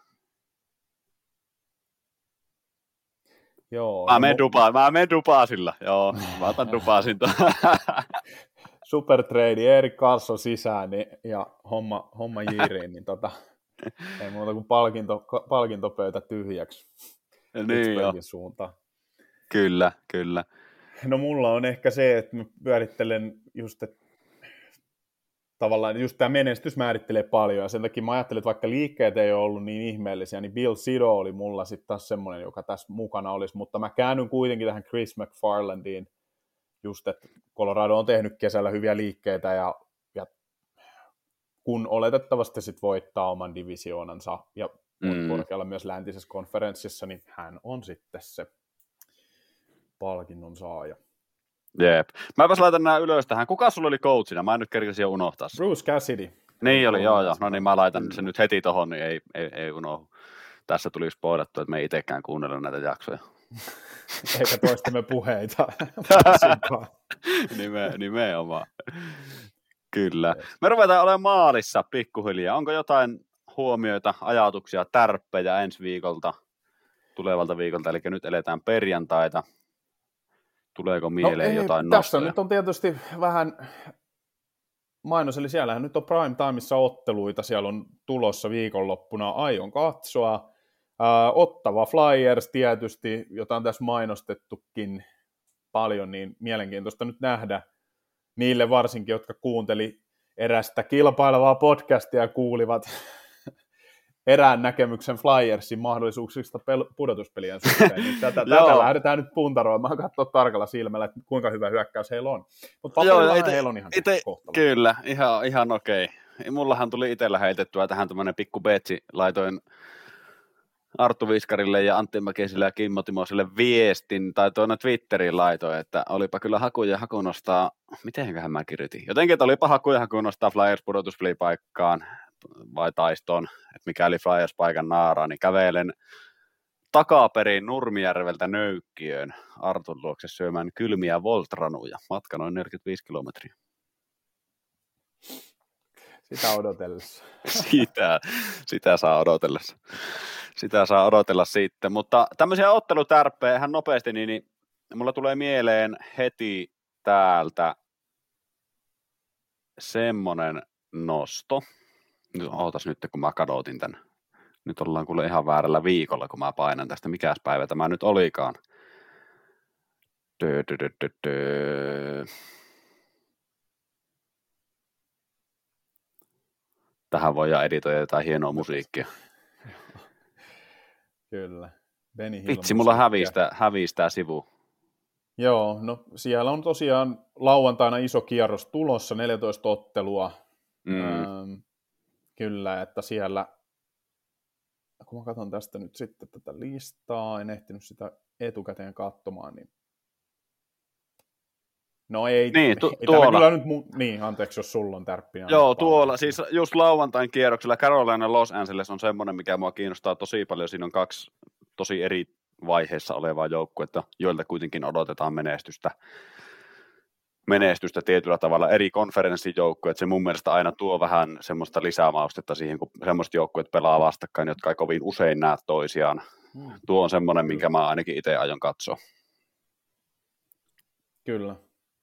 Joo, mä, no, menen dupa, mä menen Dubasilla, joo, mä otan Dubasin. Super trade, Erik Karlsson sisään niin, ja homma, homma jiiriin, niin tota, ei muuta kuin palkinto, palkintopöytä tyhjäksi niin jo. Suuntaan. Kyllä, kyllä. No mulla on ehkä se, että mä pyörittelen just, että tavallaan just tämä menestys määrittelee paljon, ja sen takia mä ajattelin, että vaikka liikkeet ei ole ollut niin ihmeellisiä, niin Bill Sido oli mulla sitten taas semmoinen, joka tässä mukana olisi, mutta mä käännyn kuitenkin tähän Chris McFarlandiin, just, että Colorado on tehnyt kesällä hyviä liikkeitä, ja, ja kun oletettavasti sit voittaa oman divisioonansa, ja mm. korkealla myös läntisessä konferenssissa, niin hän on sitten se palkinnon saaja. Jep. Mäpäs laitan nämä ylös tähän. Kuka sulla oli coachina? Mä en nyt kerkesin jo unohtaa sen. Bruce Cassidy. Niin oli, joo joo. No niin, mä laitan Kyllä. sen nyt heti tohon, niin ei, ei, ei unohdu. Tässä tuli spoilattu, että me ei itsekään kuunnella näitä jaksoja. Eikä toistemme puheita. Nime, nimenomaan. Kyllä. Me ruvetaan olemaan maalissa pikkuhiljaa. Onko jotain huomioita, ajatuksia, tärppejä ensi viikolta, tulevalta viikolta? Eli nyt eletään perjantaita. Tuleeko mieleen no, ei, jotain tässä nostoja? Nyt on tietysti vähän mainos, eli siellähän nyt on prime timeissa otteluita. Siellä on tulossa viikonloppuna. Aion katsoa. Uh, Ottava Flyers tietysti, jota on tässä mainostettukin paljon, niin mielenkiintoista nyt nähdä niille varsinkin, jotka kuunteli erästä kilpailevaa podcastia ja kuulivat erään näkemyksen Flyersin mahdollisuuksista pel- pudotuspelien suhteen. Niin tätä, tätä lähdetään nyt puntaroimaan, katsoa tarkalla silmällä, että kuinka hyvä hyökkäys heillä on. Mutta paperilla heillä on ihan ite, kohtalo. Kyllä, ihan, ihan okei. Mullahan tuli itsellä heitettyä tähän tämmöinen pikku betsi, laitoin Arttu Viskarille ja Antti Mäkiselle ja Kimmo Timoselle viestin, tai tuonne Twitteriin laitoin, että olipa kyllä haku ja haku nostaa, mitenköhän mä kirjoitin, jotenkin, että olipa haku ja haku nostaa Flyers pudotuspelipaikkaan vai taistoon, että mikäli Flyers paikan naaraa, niin kävelen takaperin Nurmijärveltä Nöykkiöön Artun luokse syömään kylmiä voltranuja, matka noin neljäkymmentäviisi kilometriä. Sitä odotellessa. sitä, sitä saa odotellessa. Sitä saa odotella sitten, mutta tämmöisiä ottelutärppejä ihan nopeasti, niin, niin mulla tulee mieleen heti täältä semmonen nosto. Ootas nyt, kun mä kadotin tän. Nyt ollaan kuule ihan väärällä viikolla, kun mä painan tästä. Mikäs päivä tämä nyt olikaan? Dö, dö, dö, dö, dö. Tähän voidaan editoida jotain hienoa musiikkia. Kyllä. Benny Vitsi, mulla hävistää, hävistää sivu. Joo, no siellä on tosiaan lauantaina iso kierros tulossa, neljätoista ottelua. Mm. Ähm, kyllä, että siellä, kun mä katson tästä nyt sitten tätä listaa, en ehtinyt sitä etukäteen katsomaan, niin no ei, niin, tu- ei tuolla. Kyllä nyt, mu- niin anteeksi, jos sulla on tärppiä. Joo, tuolla, siis just lauantain kierroksella Carolina Los Angeles on semmoinen, mikä mua kiinnostaa tosi paljon. Siinä on kaksi tosi eri vaiheessa olevaa joukkuetta, joilta kuitenkin odotetaan menestystä. Menestystä tietyllä tavalla eri konferenssijoukkueet. Se mun mielestä aina tuo vähän semmoista lisämaustetta siihen, kun semmoiset joukkueet pelaa vastakkain, jotka ei kovin usein näe toisiaan. Hmm. Tuo on semmoinen, minkä mä ainakin itse aion katsoa. Kyllä.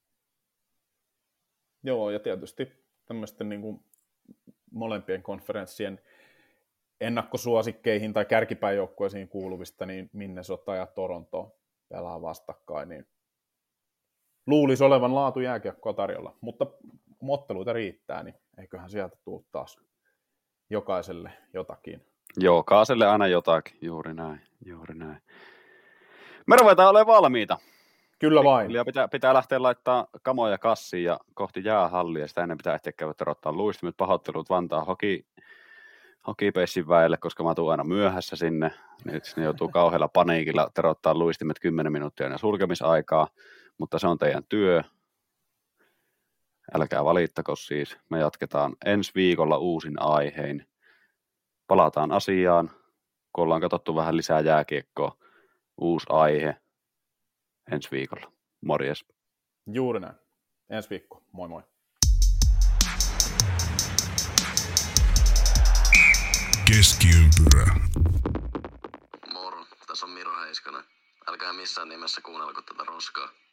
Joo, ja tietysti tämmöisten niin kuin molempien konferenssien ennakkosuosikkeihin tai kärkipääjoukkueisiin kuuluvista, niin Minnesota ja Toronto pelaa vastakkain, niin luulisi olevan laatu jääkiekkoa tarjolla, mutta otteluita riittää, niin eiköhän sieltä tule taas jokaiselle jotakin. Jokaiselle aina jotakin, juuri näin, juuri näin. Me ruvetaan olemaan valmiita. Kyllä vain. Pitää, pitää lähteä laittaa kamoja kassiin ja kohti jäähallia. Sitä ennen pitää ehtiä käydä terottaa luistimet, pahoittelut Vantaan hoki, hokipeissin väelle, koska mä tuun aina myöhässä sinne. Nyt ne joutuu kauhealla paniikilla terottaa luistimet kymmenen minuuttia ennen sulkemisaikaa, mutta se on teidän työ. Älkää valittako siis. Me jatketaan ensi viikolla uusin aihein. Palataan asiaan, kun ollaan katsottu vähän lisää jääkiekkoa. Uusi aihe. Ensi viikolla. Morjes. Juuri näin. Ensi viikko. Moi moi. Keskiympyrä. Moro. Tässä on Miro Heiskanen. Älkää missään nimessä kuunnelko tätä roskaa.